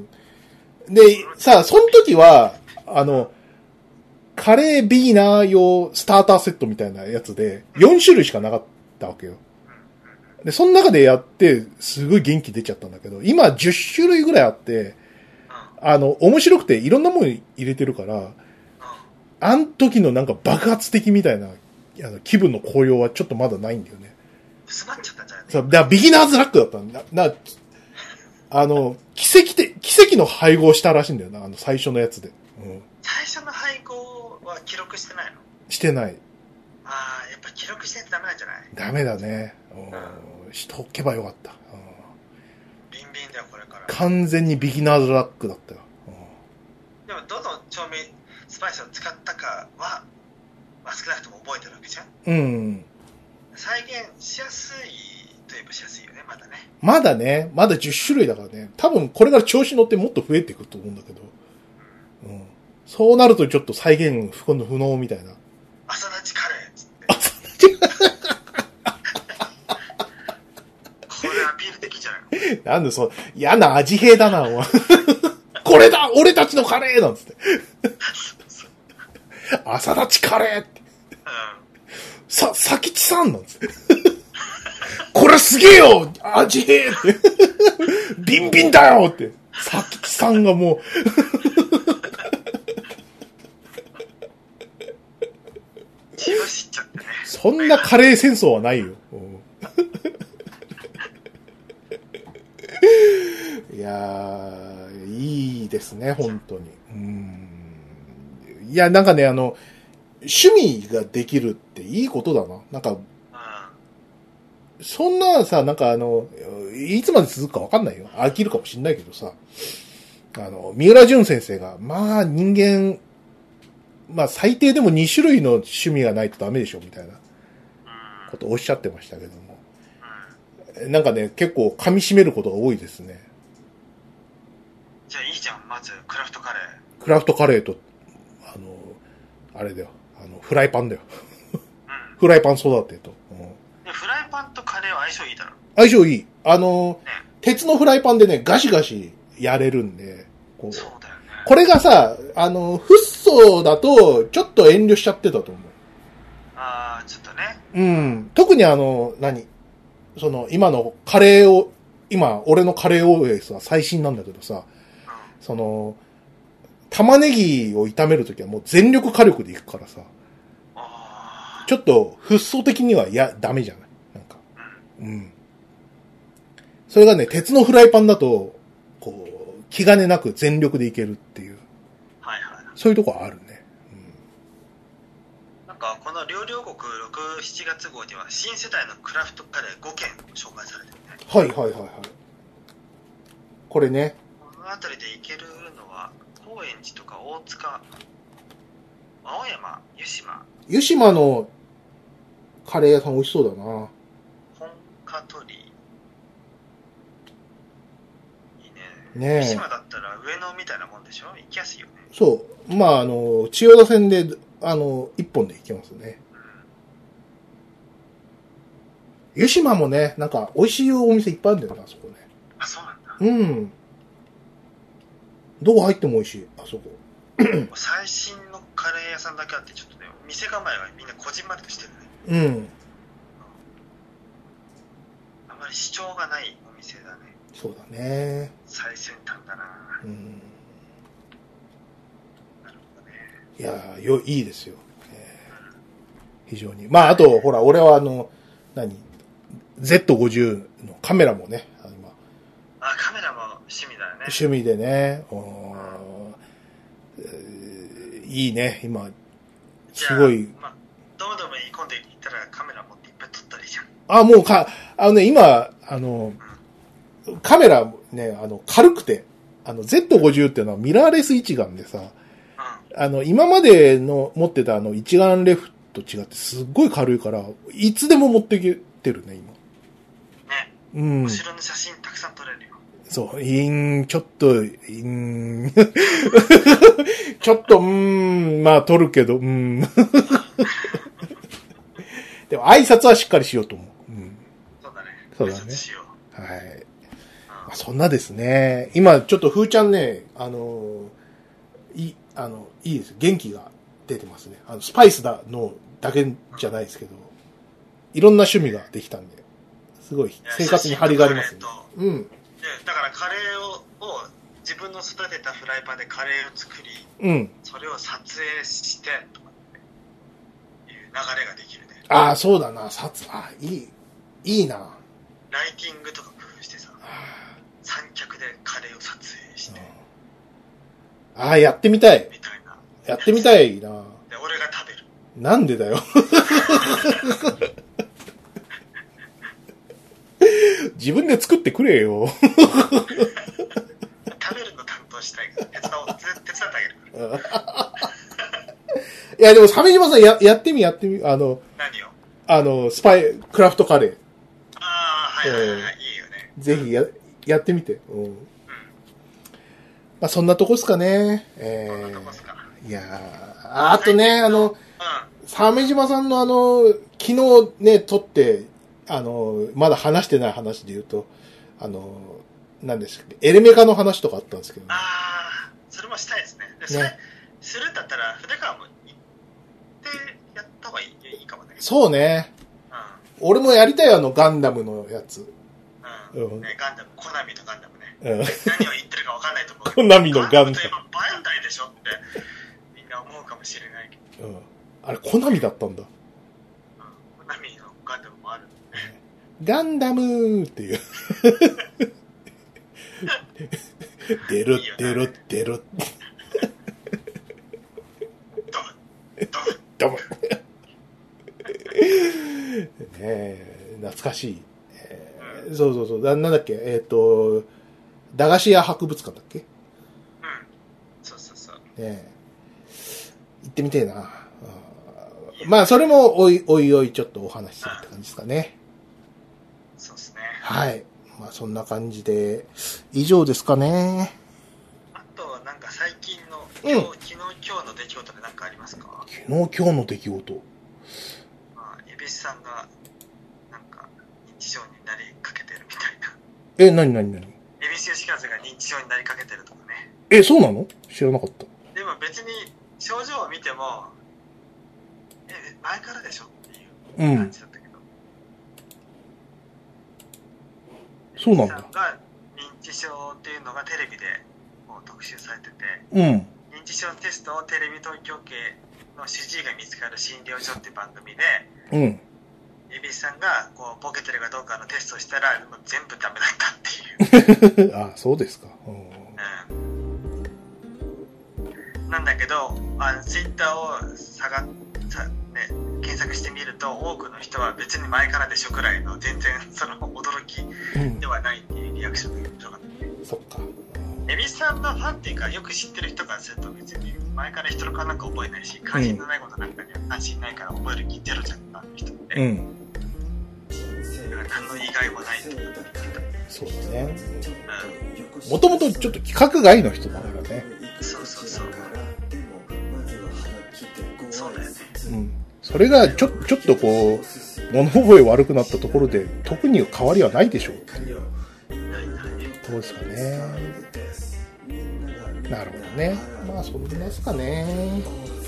で、さ、その時は、カレービーナー用スターターセットみたいなやつで、4種類しかなかったわけよ。で、その中でやって、すごい元気出ちゃったんだけど、今10種類ぐらいあって、面白くていろんなもの入れてるから、あん時のなんか爆発的みたいな、気分の高揚はちょっとまだないんだよね。 薄まっちゃったんじゃない？ そう、だからビギナーズラックだったんだ。奇跡の配合したらしいんだよな、最初のやつで。うん。 最初の配合は記録してないの？ してない。 やっぱ記録してないとダメなんじゃない？ ダメだね。しとけばよかった。 ビンビンだよ、これから。 完全にビギナーズラックだったよ。 でも、どの調味、スパイスを使ったかは、少なくとも覚えてるわけじゃん？うん。再現しやすいといえばしやすいよね、まだね。 まだね、まだ10種類だからね。多分これから調子乗ってもっと増えていくと思うんだけど。うん。そうなるとちょっと再現不能みたいな。 朝立ちカレーっつって。朝立ちこれアピールできちゃうよ。 なんで嫌な味変だな、お前。これだ俺たちのカレーなんつって。朝立ちカレーって。佐吉さんなんつって。これすげえよ味変って。ビンビンだよって。佐吉さんがもう。そんなカレー戦争はないよ。いやー、いいですね、本当に。いや、なんかね、趣味ができるっていいことだな。なんか、そんなさ、なんかいつまで続くかわかんないよ。飽きるかもしんないけどさ、三浦淳先生が、まあ人間、まあ最低でも2種類の趣味がないとダメでしょ、みたいなことをおっしゃってましたけども。なんかね、結構噛み締めることが多いですね。 じゃあいいじゃん、まず、クラフトカレー。 クラフトカレーと、あれだよ、フライパンだよ。フライパン育てと。 フライパンとカレーは相性いいだろ。 相性いい。鉄のフライパンでね、ガシガシやれるんで。 そうだよね。 これがさ、フッ素だと、ちょっと遠慮しちゃってたと思う。 ちょっとね。 うん。特に今のカレーを、俺のカレー OS は最新なんだけどさ、玉ねぎを炒めるときはもう全力火力でいくからさ、ちょっとフッ素的にはダメじゃないなんか。うん。それがね、鉄のフライパンだと、こう、気兼ねなく全力でいけるっていう。 はいはい。 そういうとこはあるね。 なんか、この料理王国6、7月号では新世代のクラフトカレー5件紹介されてるね。 はいはいはいはい。これね。 この辺りでいけるのは、高円寺とか大塚、青山、湯島。 湯島のカレー屋さん美味しそうだな。 本家鳥。いいね。 ねえ。 湯島だったら上野みたいなもんでしょ？行きやすいよね。 そう。まあ、千代田線で、一本で行けますね。湯島もね、なんか、美味しいお店いっぱいあるんだよな、あそこね。 あ、そうなんだ。 うん。どこ入っても美味しい、あそこ。 最新のカレー屋さんだけあって、ちょっとね、店構えがみんなこじんまりとしてるね。 うん。 あまり主張がないお店だね。 そうだね。 最先端だな。 うん。 なるほどね。 いやいいですよ。非常に。まあ、あと、ほら、俺はZ50 のカメラもね、 カメラも趣味だよね。 趣味でね、いいね、今、すごい。 まあ、どうでもいい込んでいったらカメラ持っていっぱい撮ったらいいじゃん。 もう今、カメラね、軽くて、Z50 っていうのはミラーレス一眼でさ、今までの持ってた一眼レフと違ってすっごい軽いから、いつでも持ってきてるね、今。 ね。 うん。 後ろの写真たくさん撮れるよ。 そう、ちょっと、ちょっと、まあ撮るけど、でも挨拶はしっかりしようと思う。 そうだね。 そうだね。はい。まあ、そんなですね。今、ちょっとふーちゃんね、いいです。元気が出てますね。スパイスだけじゃないですけど、いろんな趣味ができたんで、すごい生活に張りがありますね。うん。 だからカレーを自分の育てたフライパンでカレーを作り、 うん。 それを撮影してとかっていう流れができるね。 ああ、そうだな。いいな。 ライティングとか工夫してさ、三脚でカレーを撮影して。 ああ、やってみたい。 みたいな。 やってみたいな。 で、俺が食べる。 なんでだよ。自分で作ってくれよ。 食べるの担当したいから手伝ってあげるから。 いや、でも、鮫島さんやってみ。何をクラフトカレー。 ああ、はい、いいよね。 ぜひやってみて。うん。まあ、そんなとこっすかね。 そんなとこっすか。 いやあとね、鮫島さんの昨日ね、撮って、まだ話してない話で言うと、何でしたっけ、エレメカの話とかあったんですけど、ね。 ああ、それもしたいですね。それ、するんだったら、筆川も行ってやった方がいいかもね。 そうね。 うん。 俺もやりたいガンダムのやつ。 うん。ね、ガンダム、コナミのガンダムね。 うん。何を言ってるか分かんないと思う。 コナミのガンダム。 といえばバンダイでしょってみんな思うかもしれないけど。 うん。あれ、コナミだったんだ。 うん。コナミのガンダムもある。 ガンダムーっていう。出る。ドム。ねえ、懐かしい。そう。なんだっけ、駄菓子屋博物館だっけ？うん。 そう。 ねえ。行ってみてえな。まあ、それもおいおいちょっとお話しするって感じですかね。 そうですね。 はい。まあ、そんな感じで、以上ですかね。 あと、なんか最近の、昨日今日の出来事で何かありますか？ 昨日今日の出来事。 エビスさんが、なんか、認知症になりかけてるみたいな。 何エビス吉和が認知症になりかけてるとかね。 そうなの？知らなかった。 でも別に、症状を見ても、前からでしょっていう感じだったけど。 そうなんだ。 さんが認知症っていうのがテレビでこう特集されてて、認知症テストをテレビ東京系の主治医が見つかる診療所っていう番組で、恵比寿さんがこうボケてるかどうかのテストをしたらもう全部ダメだったっていう。 あ、そうですか。 なんだけど、ツイッターを検索してみると多くの人は別に前からでしょくらいの全然その驚きではないっていうリアクションが広がって、 そっか。 恵比寿さんのファンっていうかよく知ってる人からすると別に前から人の顔なんか覚えないし関心のないことなんかには関心ないから覚える気ゼロじゃんあの人って、だから何の意外もないってことだ。 そうだね。もともとちょっと規格外の人だからね。 そうだよね。 それがちょっとこう物覚え悪くなったところで特に変わりはないでしょうっていうどうですかね。なるほどね。まあそんなですかね。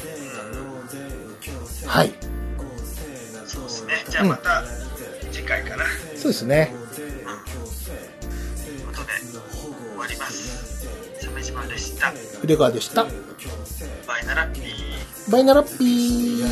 はい。 そうですね。じゃあまた次回かな。 そうですね。 ということで終わります。鮫島でした。 筆川でした。 バイナラッピー。 バイナラッピー。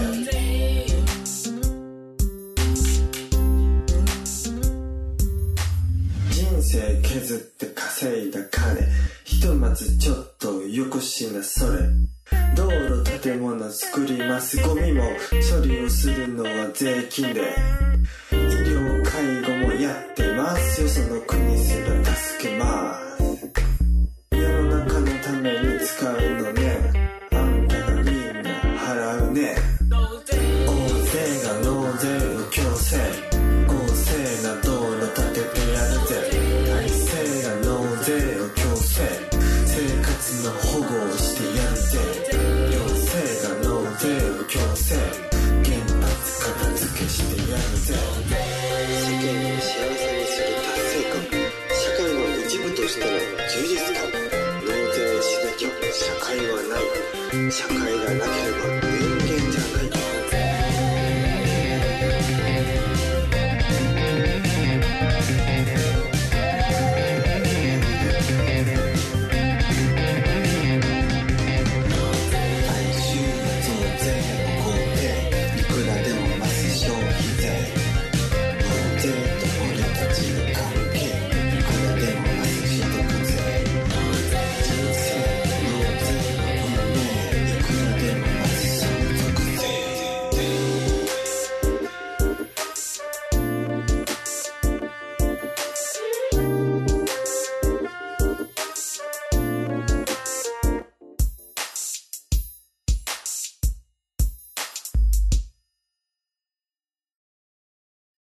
人生削って稼いだ金ひとまずちょっとよこしなそれ道路建物作りますゴミも処理をするのは税金で医療介護もやってますよその国すら助けます世の中のために使うのねあんたがみんな払うね大勢が納税を強制公正な道路建ててやるぜ体制が納税を強制生活の保護をしてやるぜ行政が納税を強制原発片付けしてやるぜ世間を幸せ社会がなければ人間じゃない。